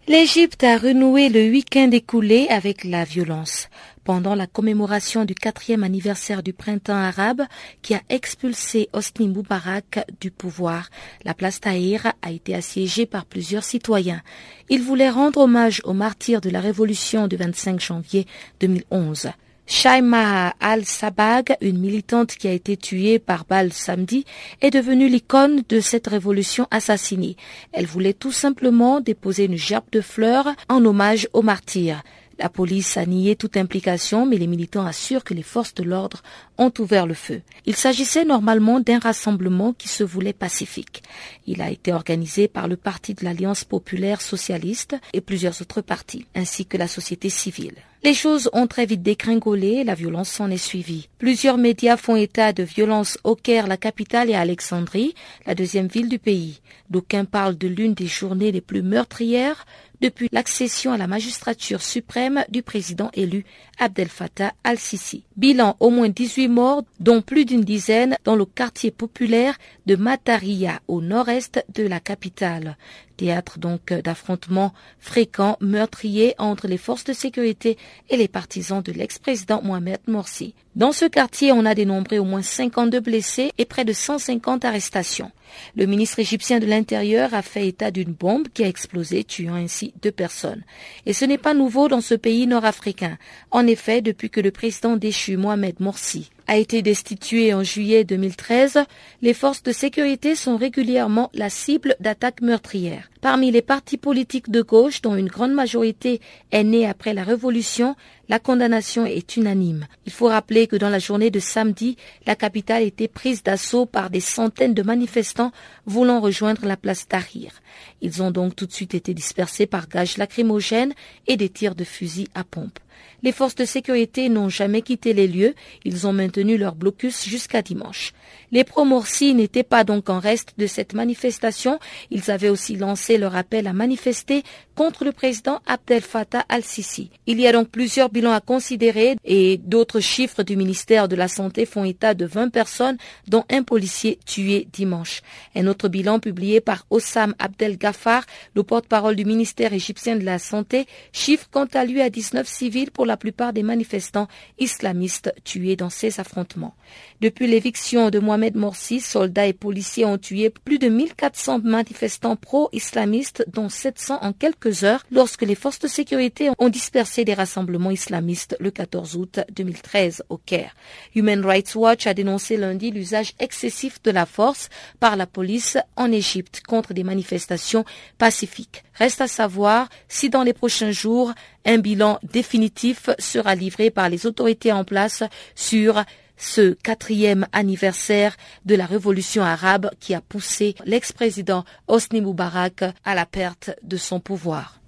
L'Égypte a renoué le week-end écoulé avec la violence. Pendant la commémoration du 4e anniversaire du printemps arabe qui a expulsé Hosni Moubarak du pouvoir, la place Tahrir a été assiégée par plusieurs citoyens. Ils voulaient rendre hommage aux martyrs de la révolution du 25 janvier 2011. Shaima al-Sabag, une militante qui a été tuée par balle samedi, est devenue l'icône de cette révolution assassinée. Elle voulait tout simplement déposer une gerbe de fleurs en hommage aux martyrs. La police a nié toute implication, mais les militants assurent que les forces de l'ordre ont ouvert le feu. Il s'agissait normalement d'un rassemblement qui se voulait pacifique. Il a été organisé par le Parti de l'Alliance populaire socialiste et plusieurs autres partis, ainsi que la société civile. Les choses ont très vite dégringolé et la violence s'en est suivie. Plusieurs médias font état de violences au Caire, la capitale, et à Alexandrie, la deuxième ville du pays. D'aucuns parlent de l'une des journées les plus meurtrières depuis l'accession à la magistrature suprême du président élu Abdel Fattah al-Sisi. Bilan, au moins 18 morts, dont plus d'une dizaine dans le quartier populaire de Mataria, au nord-est de la capitale. Théâtre donc d'affrontements fréquents, meurtriers entre les forces de sécurité et les partisans de l'ex-président Mohamed Morsi. Dans ce quartier, on a dénombré au moins 52 blessés et près de 150 arrestations. Le ministre égyptien de l'Intérieur a fait état d'une bombe qui a explosé, tuant ainsi 2 personnes. Et ce n'est pas nouveau dans ce pays nord-africain. En effet, depuis que le président déchu Mohamed Morsi a été destitué en juillet 2013, les forces de sécurité sont régulièrement la cible d'attaques meurtrières. Parmi les partis politiques de gauche, dont une grande majorité est née après la Révolution, la condamnation est unanime. Il faut rappeler que dans la journée de samedi, la capitale était prise d'assaut par des centaines de manifestants voulant rejoindre la place Tahrir. Ils ont donc tout de suite été dispersés par gaz lacrymogènes et des tirs de fusil à pompe. Les forces de sécurité n'ont jamais quitté les lieux, ils ont maintenu leur blocus jusqu'à dimanche. Les pro-Morsi n'étaient pas donc en reste de cette manifestation, ils avaient aussi lancé leur appel à manifester contre le président Abdel Fattah al-Sisi. Il y a donc plusieurs bilans à considérer et d'autres chiffres du ministère de la Santé font état de 20 personnes, dont un policier tué dimanche. Un autre bilan publié par Hossam Abdel Ghaffar, le porte-parole du ministère égyptien de la Santé, chiffre quant à lui à 19 civils pour la plupart des manifestants islamistes tués dans ces affrontements. Depuis l'éviction de Mohamed Morsi, soldats et policiers ont tué plus de 1400 manifestants pro-islamistes, dont 700 en quelques heures, lorsque les forces de sécurité ont dispersé des rassemblements islamistes le 14 août 2013 au Caire. Human Rights Watch a dénoncé lundi l'usage excessif de la force par la police en Égypte contre des manifestations pacifiques. Reste à savoir si dans les prochains jours, un bilan définitif sera livré par les autorités en place sur ce 4e anniversaire de la révolution arabe qui a poussé l'ex-président Hosni Moubarak à la perte de son pouvoir.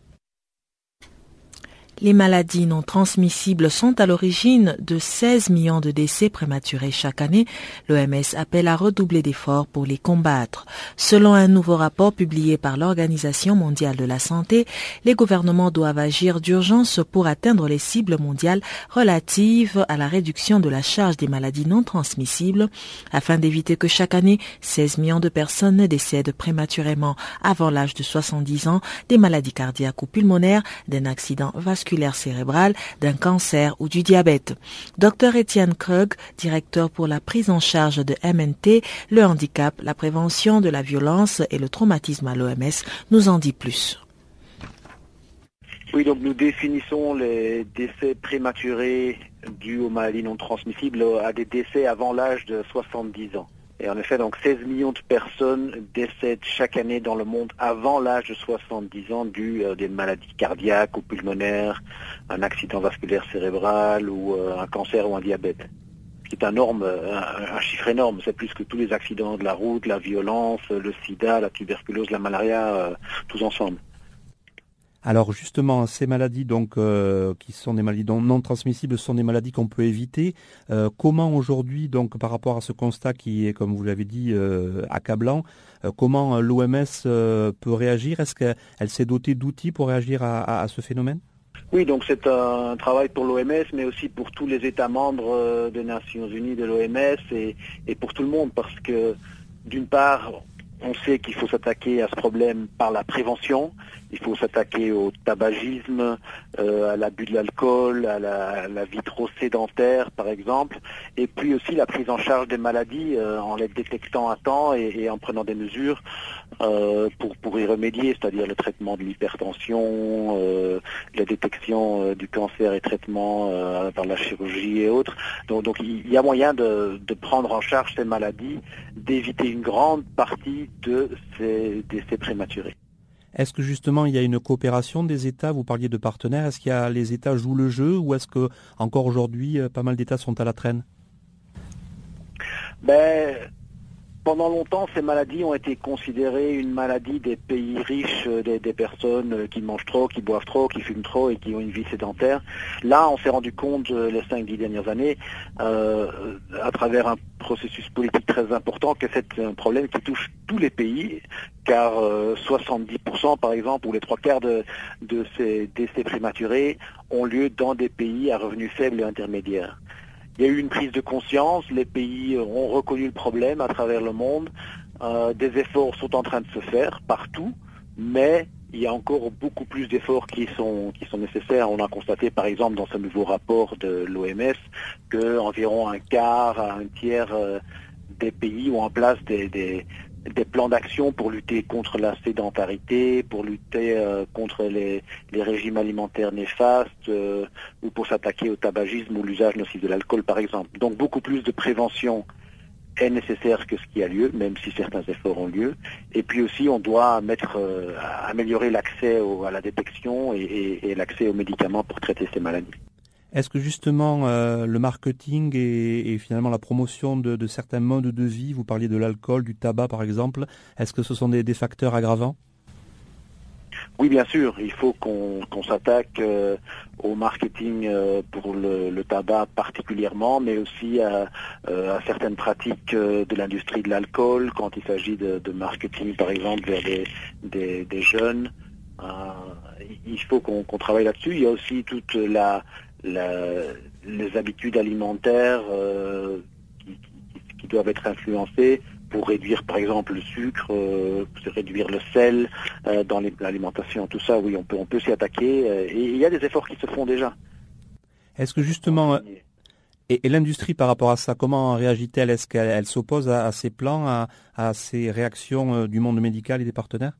Les maladies non transmissibles sont à l'origine de 16 millions de décès prématurés chaque année. L'OMS appelle à redoubler d'efforts pour les combattre. Selon un nouveau rapport publié par l'Organisation mondiale de la santé, les gouvernements doivent agir d'urgence pour atteindre les cibles mondiales relatives à la réduction de la charge des maladies non transmissibles afin d'éviter que chaque année 16 millions de personnes décèdent prématurément avant l'âge de 70 ans des maladies cardiaques ou pulmonaires, d'un accident vasculaire cérébral, d'un cancer ou du diabète. Dr Étienne Krug, directeur pour la prise en charge de MNT, le handicap, la prévention de la violence et le traumatisme à l'OMS, nous en dit plus. Oui, donc nous définissons les décès prématurés dus aux maladies non transmissibles à des décès avant l'âge de 70 ans. Et en effet, donc 16 millions de personnes décèdent chaque année dans le monde avant l'âge de 70 ans dû à des maladies cardiaques ou pulmonaires, un accident vasculaire cérébral ou un cancer ou un diabète. C'est un chiffre énorme, c'est plus que tous les accidents de la route, la violence, le sida, la tuberculose, la malaria, tous ensemble. Alors justement, ces maladies donc qui sont des maladies non transmissibles sont des maladies qu'on peut éviter. Comment aujourd'hui, donc par rapport à ce constat qui est, comme vous l'avez dit, accablant, comment l'OMS peut réagir? Est-ce qu'elle s'est dotée d'outils pour réagir à ce phénomène? Oui, donc c'est un travail pour l'OMS, mais aussi pour tous les États membres des Nations Unies, de l'OMS et pour tout le monde, parce que d'une part, on sait qu'il faut s'attaquer à ce problème par la prévention, Il faut s'attaquer au tabagisme, à l'abus de l'alcool, à la vie trop sédentaire par exemple, et puis aussi la prise en charge des maladies en les détectant à temps et en prenant des mesures pour y remédier, c'est-à-dire le traitement de l'hypertension, la détection du cancer et traitement par la chirurgie et autres. Donc il y a moyen de prendre en charge ces maladies, d'éviter une grande partie de ces décès prématurés. Est-ce que justement il y a une coopération des États? Vous parliez de partenaires. Est-ce qu'il y a les États jouent le jeu ou est-ce que encore aujourd'hui pas mal d'États sont à la traîne? Pendant longtemps, ces maladies ont été considérées une maladie des pays riches, des personnes qui mangent trop, qui boivent trop, qui fument trop et qui ont une vie sédentaire. Là, on s'est rendu compte les 5-10 dernières années, à travers un processus politique très important, que c'est un problème qui touche tous les pays, car 70% par exemple, ou les 3/4 de ces décès prématurés ont lieu dans des pays à revenus faibles et intermédiaires. Il y a eu une prise de conscience, les pays ont reconnu le problème à travers le monde, des efforts sont en train de se faire partout, mais il y a encore beaucoup plus d'efforts qui sont nécessaires. On a constaté par exemple dans ce nouveau rapport de l'OMS qu'environ un quart à un tiers des pays ont en place des plans d'action pour lutter contre la sédentarité, pour lutter contre les régimes alimentaires néfastes ou pour s'attaquer au tabagisme ou l'usage nocif de l'alcool par exemple. Donc beaucoup plus de prévention est nécessaire que ce qui a lieu, même si certains efforts ont lieu. Et puis aussi on doit améliorer l'accès à la détection et l'accès aux médicaments pour traiter ces maladies. Est-ce que justement le marketing et finalement la promotion de certains modes de vie, vous parliez de l'alcool, du tabac par exemple, est-ce que ce sont des facteurs aggravants? Oui, bien sûr, il faut qu'on s'attaque au marketing pour le tabac particulièrement, mais aussi à certaines pratiques de l'industrie de l'alcool, quand il s'agit de marketing par exemple vers des jeunes. Il faut qu'on travaille là-dessus. Il y a aussi toute les habitudes alimentaires qui doivent être influencées pour réduire par exemple le sucre, réduire le sel dans l'alimentation, tout ça, oui, on peut s'y attaquer et il y a des efforts qui se font déjà. Est-ce que justement, et l'industrie par rapport à ça, comment réagit-elle? Est-ce qu'elle s'oppose à ces plans, à ces réactions du monde médical et des partenaires?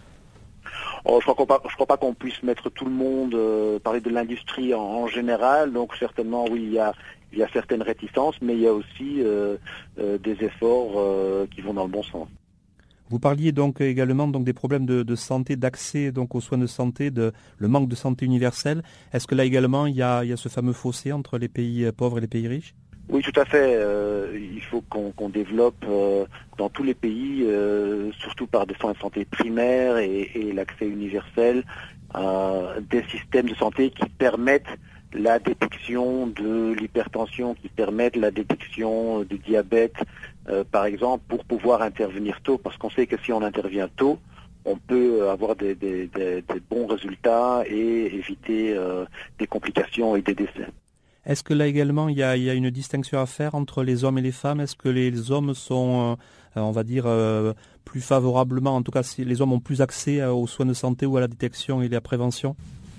Je crois pas qu'on puisse mettre tout le monde, parler de l'industrie en général, donc certainement oui, il y a certaines réticences, mais il y a aussi des efforts qui vont dans le bon sens. Vous parliez donc également des problèmes de santé, d'accès donc aux soins de santé, le manque de santé universelle. Est-ce que là également il y a ce fameux fossé entre les pays pauvres et les pays riches? Oui, tout à fait. Il faut qu'on développe dans tous les pays, surtout par des soins de santé primaires et l'accès universel, des systèmes de santé qui permettent la détection de l'hypertension, qui permettent la détection du diabète, par exemple, pour pouvoir intervenir tôt. Parce qu'on sait que si on intervient tôt, on peut avoir des bons résultats et éviter des complications et des décès. Est-ce que là également il y a une distinction à faire entre les hommes et les femmes? Est-ce que les hommes sont, on va dire, plus favorablement, en tout cas si les hommes ont plus accès aux soins de santé ou à la détection et à la prévention?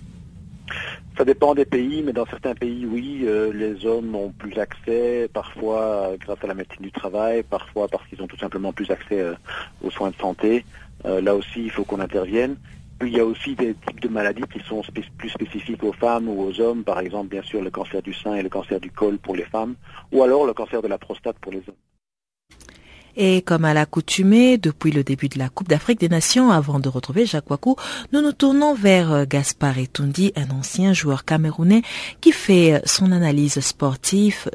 Ça dépend des pays, mais dans certains pays, oui, les hommes ont plus accès, parfois grâce à la médecine du travail, parfois parce qu'ils ont tout simplement plus accès aux soins de santé. Là aussi, il faut qu'on intervienne. Puis il y a aussi des types de maladies qui sont plus spécifiques aux femmes ou aux hommes, par exemple, bien sûr, le cancer du sein et le cancer du col pour les femmes, ou alors le cancer de la prostate pour les hommes. Et comme à l'accoutumée, depuis le début de la Coupe d'Afrique des Nations, avant de retrouver Jacques Wakou, nous nous tournons vers Gaspard Etundi, un ancien joueur camerounais qui fait son analyse sportive,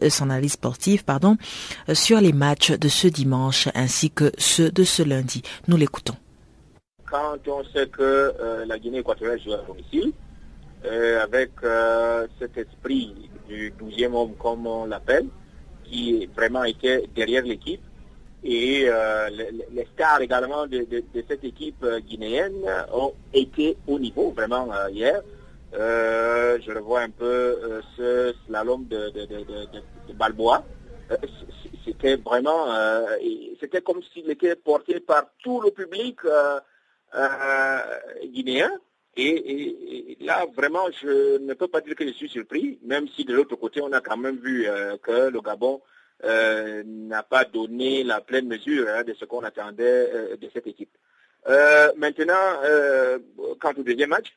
sur les matchs de ce dimanche ainsi que ceux de ce lundi. Nous l'écoutons. Quand on sait que la Guinée équatoriale joue à domicile, avec cet esprit du 12e homme, comme on l'appelle, qui vraiment était derrière l'équipe, et les stars également de cette équipe guinéenne ont été au niveau vraiment hier. Je le vois un peu ce slalom de Balboa. C'était vraiment, c'était comme s'il était porté par tout le public guinéen, Et là, vraiment, je ne peux pas dire que je suis surpris, même si de l'autre côté, on a quand même vu que le Gabon n'a pas donné la pleine mesure de ce qu'on attendait de cette équipe. Maintenant, quant au deuxième match,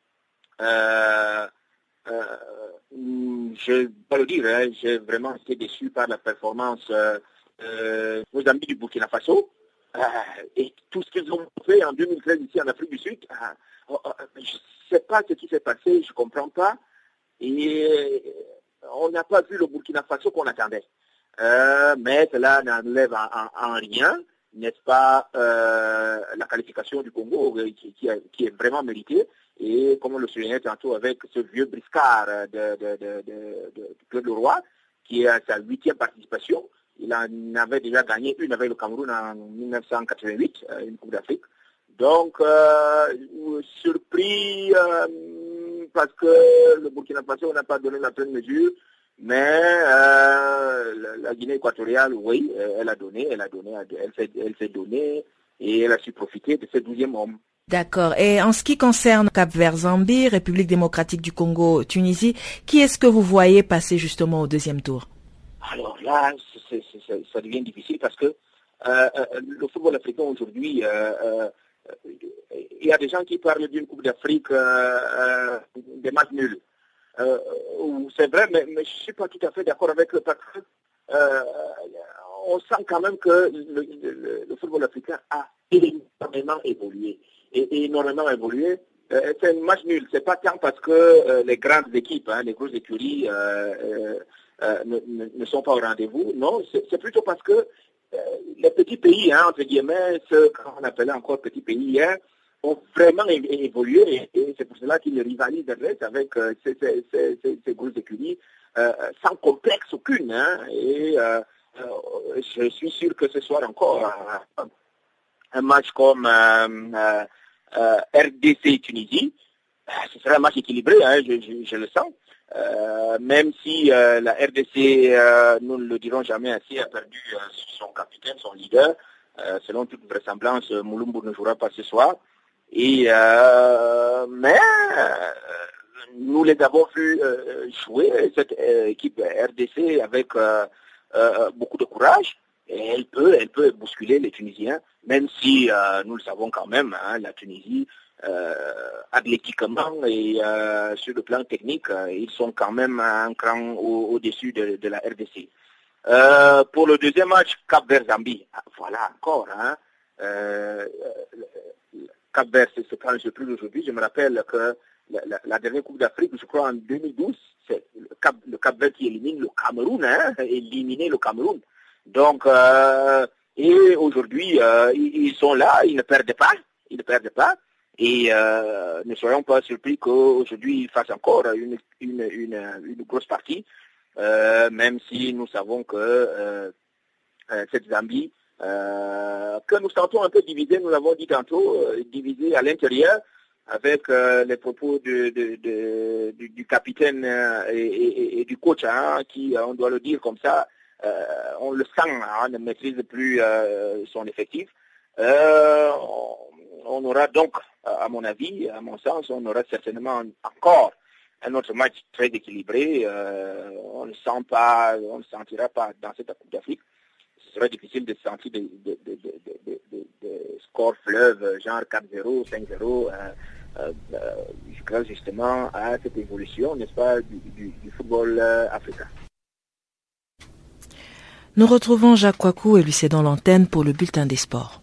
je dois le dire, j'ai vraiment été déçu par la performance de nos amis du Burkina Faso et tout ce qu'ils ont fait en 2013 ici en Afrique du Sud. Je ne sais pas ce qui s'est passé, je ne comprends pas. Et on n'a pas vu le Burkina Faso qu'on attendait. Mais cela n'enlève en rien, n'est-ce pas, la qualification du Congo qui est vraiment méritée. Et comme on le soulignait tantôt avec ce vieux briscard de Claude Leroy, qui est à sa 8e participation. Il en avait déjà gagné une avec le Cameroun en 1988, une Coupe d'Afrique. Donc, surpris parce que le Burkina Faso n'a pas donné la pleine mesure, mais la Guinée équatoriale, oui, elle s'est donnée et elle a su profiter de ce 12e homme. D'accord. Et en ce qui concerne Cap-Vert-Zambie, République démocratique du Congo, Tunisie, qui est-ce que vous voyez passer justement au deuxième tour? Alors là, ça devient difficile parce que le football africain aujourd'hui, il y a des gens qui parlent d'une Coupe d'Afrique des matchs nuls. C'est vrai, mais je ne suis pas tout à fait d'accord avec le patron. On sent quand même que le football africain a énormément évolué. Et énormément évolué. C'est un match nul. C'est pas tant parce que les grandes équipes, les grosses écuries ne sont pas au rendez-vous. Non, c'est plutôt parce que les petits pays, entre guillemets, ceux qu'on appelait encore petits pays hier, ont vraiment évolué et c'est pour cela qu'ils rivalisent de reste avec ces grosses écuries sans complexe aucune. Et je suis sûr que ce soir encore un match comme RDC-Tunisie, ce sera un match équilibré, je le sens. Même si la RDC, nous ne le dirons jamais assez, a perdu son capitaine, son leader. Selon toute vraisemblance, Moulumbu ne jouera pas ce soir. Mais nous les avons vus jouer, cette équipe RDC, avec beaucoup de courage. Et elle peut bousculer les Tunisiens, même si nous le savons quand même, la Tunisie, athlétiquement et sur le plan technique, ils sont quand même un cran au-dessus de la RDC. Pour le deuxième match, Cap-Vert-Zambie, voilà encore. Cap-Vert, c'est ce que je plus aujourd'hui. Je me rappelle que la dernière Coupe d'Afrique, je crois en 2012, c'est le Cap-Vert qui élimine le Cameroun, éliminer le Cameroun. Donc, et aujourd'hui, ils sont là, ils ne perdent pas. Et ne soyons pas surpris qu'aujourd'hui, ils fassent encore une grosse partie, même si nous savons que cette Zambie, que nous sentons un peu divisée, nous l'avons dit tantôt, divisée à l'intérieur, avec les propos du capitaine et du coach, qui, on doit le dire comme ça, on le sent, ne maîtrise plus son effectif. On aura donc, à mon avis, à mon sens, on aura certainement encore un autre match très équilibré. On ne sentira pas dans cette Coupe d'Afrique. Ce serait difficile de sentir des scores fleuves, genre 4-0, 5-0. Je crois justement à cette évolution, n'est-ce pas, du football africain. Nous retrouvons Jacques Kouakou et lui cédons l'antenne pour le bulletin des sports.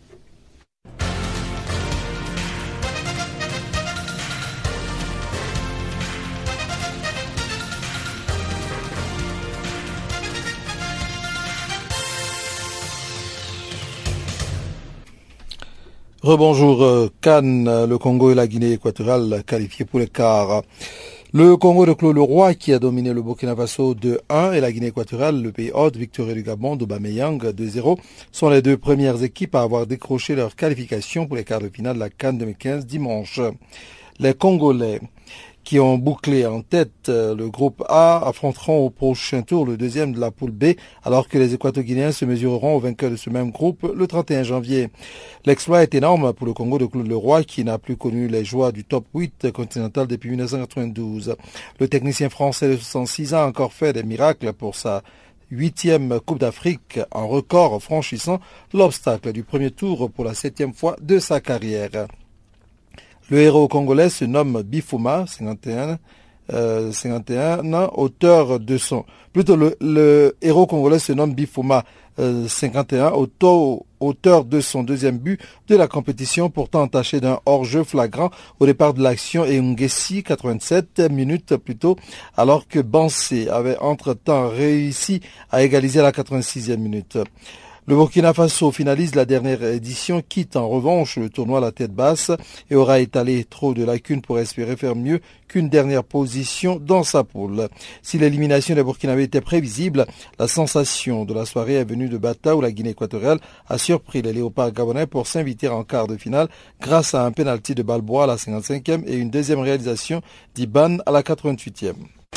Rebonjour, Cannes, le Congo et la Guinée équatoriale qualifiés pour les quarts. Le Congo de Claude Leroy qui a dominé le Burkina Faso 2-1 et la Guinée équatoriale, le pays hôte, victorieux du Gabon d'Aubameyang 2-0, sont les deux premières équipes à avoir décroché leur qualification pour les quarts de finale de la CAN 2015 dimanche. Les Congolais qui ont bouclé en tête le groupe A affronteront au prochain tour le deuxième de la poule B, alors que les Équato-Guinéens se mesureront aux vainqueurs de ce même groupe le 31 janvier. L'exploit est énorme pour le Congo de Claude Leroy, qui n'a plus connu les joies du top 8 continental depuis 1992. Le technicien français de 66 ans a encore fait des miracles pour sa 8e Coupe d'Afrique, en record franchissant l'obstacle du premier tour pour la 7e fois de sa carrière. Le héros congolais se nomme Bifouma, 51 ans, auteur de son... Plutôt, le héros congolais se nomme Bifouma, 51, auteur de son deuxième but de la compétition, pourtant entaché d'un hors-jeu flagrant au départ de l'action, et Ngesi, 87 minutes plus tôt, alors que Bansé avait entre-temps réussi à égaliser à la 86e minute. Le Burkina Faso finalise la dernière édition, quitte en revanche le tournoi à la tête basse et aura étalé trop de lacunes pour espérer faire mieux qu'une dernière position dans sa poule. Si l'élimination des Burkinabés était prévisible, la sensation de la soirée est venue de Bata, où la Guinée équatoriale a surpris les léopards gabonais pour s'inviter en quart de finale grâce à un pénalty de Balboa à la 55e et une deuxième réalisation d'Iban à la 88e.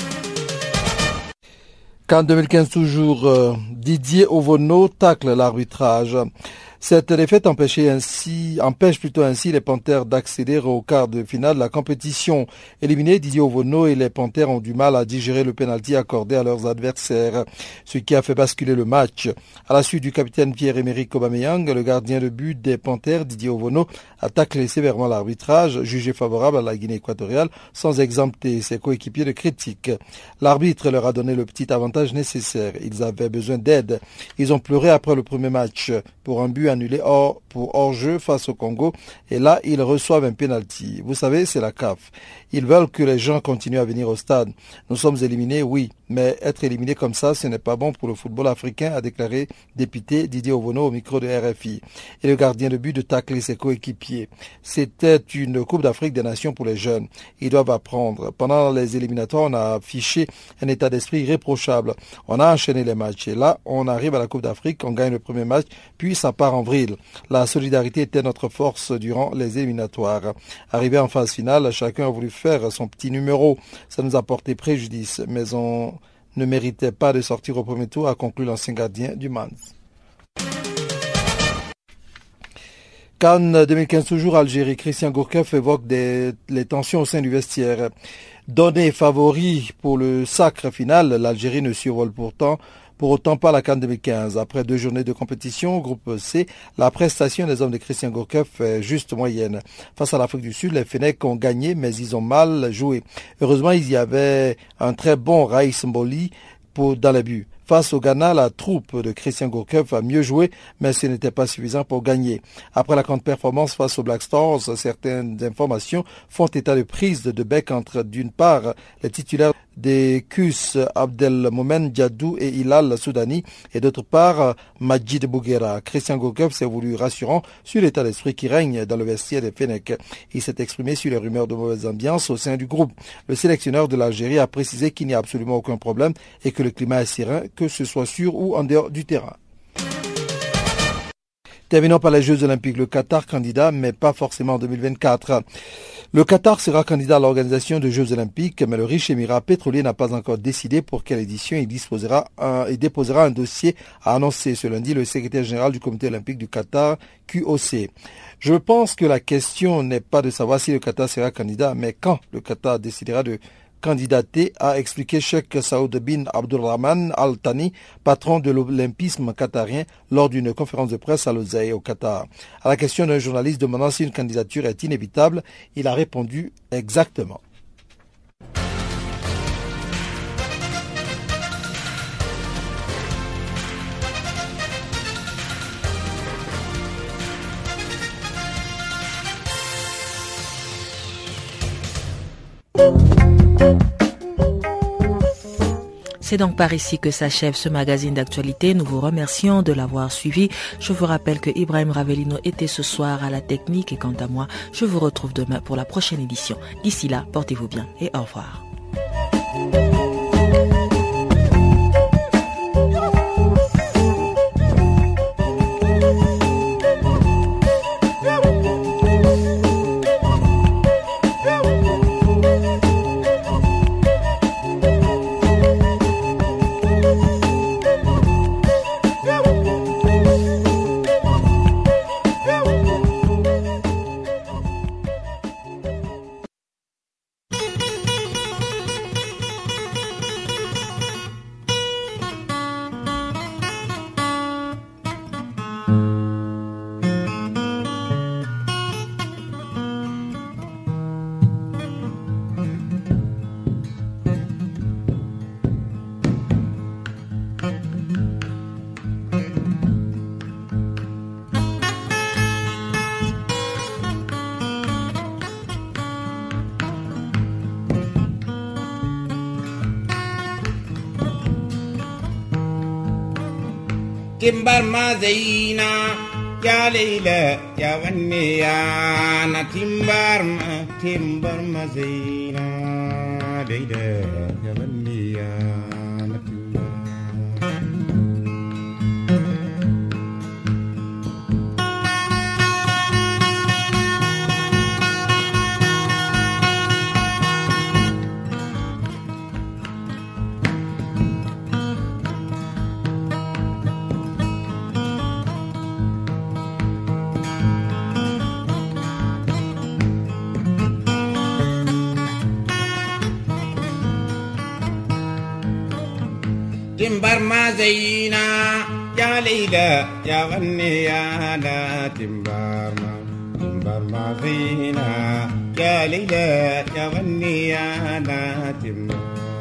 Qu'en 2015 toujours, Didier Ovono tacle l'arbitrage. Cette défaite empêche plutôt ainsi les Panthères d'accéder au quart de finale de la compétition. Éliminés, Didier Ovono et les Panthères ont du mal à digérer le pénalty accordé à leurs adversaires, ce qui a fait basculer le match. À la suite du capitaine Pierre-Emerick Aubameyang, le gardien de but des Panthères, Didier Ovono, a taclé sévèrement l'arbitrage, jugé favorable à la Guinée équatoriale, sans exempter ses coéquipiers de critiques. L'arbitre leur a donné le petit avantage nécessaire. Ils avaient besoin d'aide. Ils ont pleuré après le premier match pour un but annulé pour hors-jeu face au Congo, et là ils reçoivent un penalty. Vous savez, c'est la CAF. Ils veulent que les gens continuent à venir au stade. Nous sommes éliminés, oui, mais être éliminés comme ça, ce n'est pas bon pour le football africain, a déclaré député Didier Ovono au micro de RFI. Et le gardien de but de tacler ses coéquipiers. C'était une Coupe d'Afrique des Nations pour les jeunes. Ils doivent apprendre. Pendant les éliminatoires, on a affiché un état d'esprit irréprochable. On a enchaîné les matchs. Et là, on arrive à la Coupe d'Afrique, on gagne le premier match, puis ça part en vrille. La solidarité était notre force durant les éliminatoires. Arrivé en phase finale, chacun a voulu faire son petit numéro. Ça nous a porté préjudice, mais on ne méritait pas de sortir au premier tour, a conclu l'ancien gardien du Mans. CAN 2015 toujours, Algérie. Christian Gourcuff évoque les tensions au sein du vestiaire. Donné favori pour le sacre final, l'Algérie ne survole pour autant pas la CAN 2015. Après 2 journées de compétition, groupe C, la prestation des hommes de Christian Gourcuff est juste moyenne. Face à l'Afrique du Sud, les Fennecs ont gagné, mais ils ont mal joué. Heureusement, il y avait un très bon Raïs Mboli dans les buts. Face au Ghana, la troupe de Christian Gourcuff a mieux joué, mais ce n'était pas suffisant pour gagner. Après la contre-performance face aux Black Stars, certaines informations font état de prise de bec entre, d'une part, les titulaires des CUS Abdelmomen Diadou et Hilal Soudani, et d'autre part, Majid Bouguera. Christian Gourcuff s'est voulu rassurant sur l'état d'esprit qui règne dans le vestiaire des Fennecs. Il s'est exprimé sur les rumeurs de mauvaise ambiance au sein du groupe. Le sélectionneur de l'Algérie a précisé qu'il n'y a absolument aucun problème et que le climat est serein, que ce soit sur ou en dehors du terrain. Terminons par les Jeux Olympiques. Le Qatar candidat, mais pas forcément en 2024. Le Qatar sera candidat à l'organisation des Jeux Olympiques, mais le riche émirat pétrolier n'a pas encore décidé pour quelle édition il déposera un dossier, a annoncé ce lundi le secrétaire général du Comité olympique du Qatar, QOC. Je pense que la question n'est pas de savoir si le Qatar sera candidat, mais quand le Qatar décidera de candidaté, a expliqué Sheikh Saoud bin Abdulrahman Al Thani, patron de l'olympisme qatarien, lors d'une conférence de presse à Losail, au Qatar. À la question d'un journaliste demandant si une candidature est inévitable, il a répondu exactement. C'est donc par ici que s'achève ce magazine d'actualité. Nous vous remercions de l'avoir suivi. Je vous rappelle que Ibrahim Ravelino était ce soir à la technique et quant à moi, je vous retrouve demain pour la prochaine édition. D'ici là, portez-vous bien et au revoir. timbar mazina ya leila ya wanniya na timbar mazina leila ya wanniya na timbar timbar mazina ya leila ya wanniya la timbar mazina ya leila ya wanniya la timbar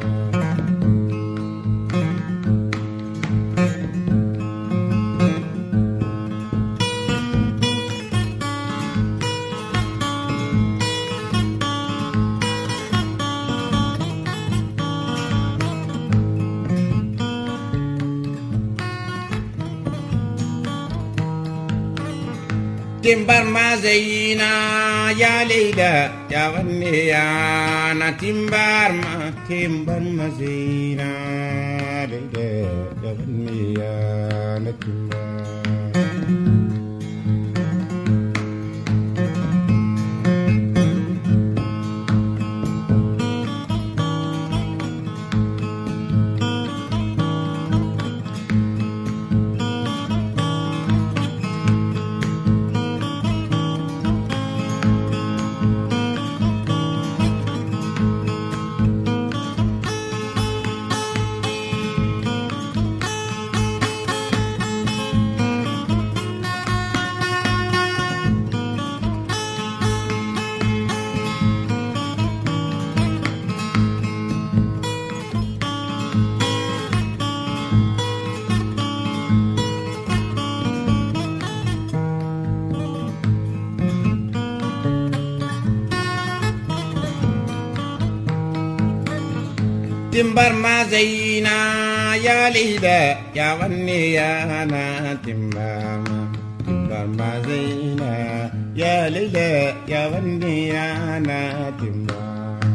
timbar mazina ya leila ya wanniya na timbar mazina leila ya wanniya na timbar timbar mazina ya leila ya wanniya na timbar mazina ya leila ya wanniya na timbar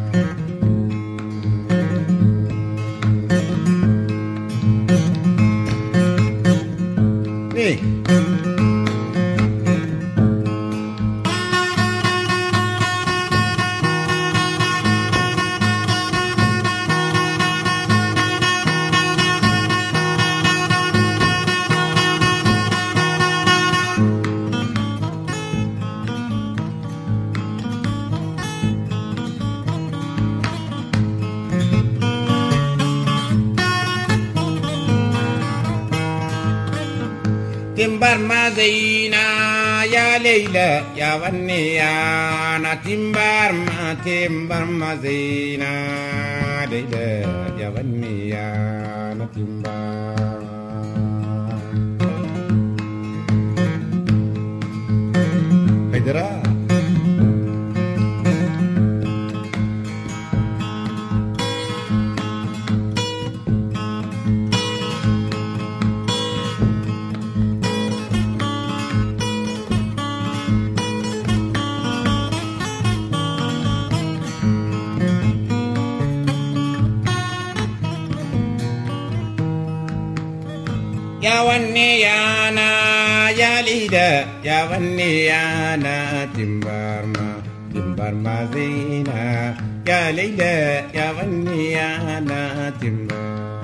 timbar mazina ya leila ya wanniya na timbar mazina leila ya wanniya na timbar Haidara ya wanniya na ya leila ya wanniya na timbar mazina ya leila ya wanniya na timbar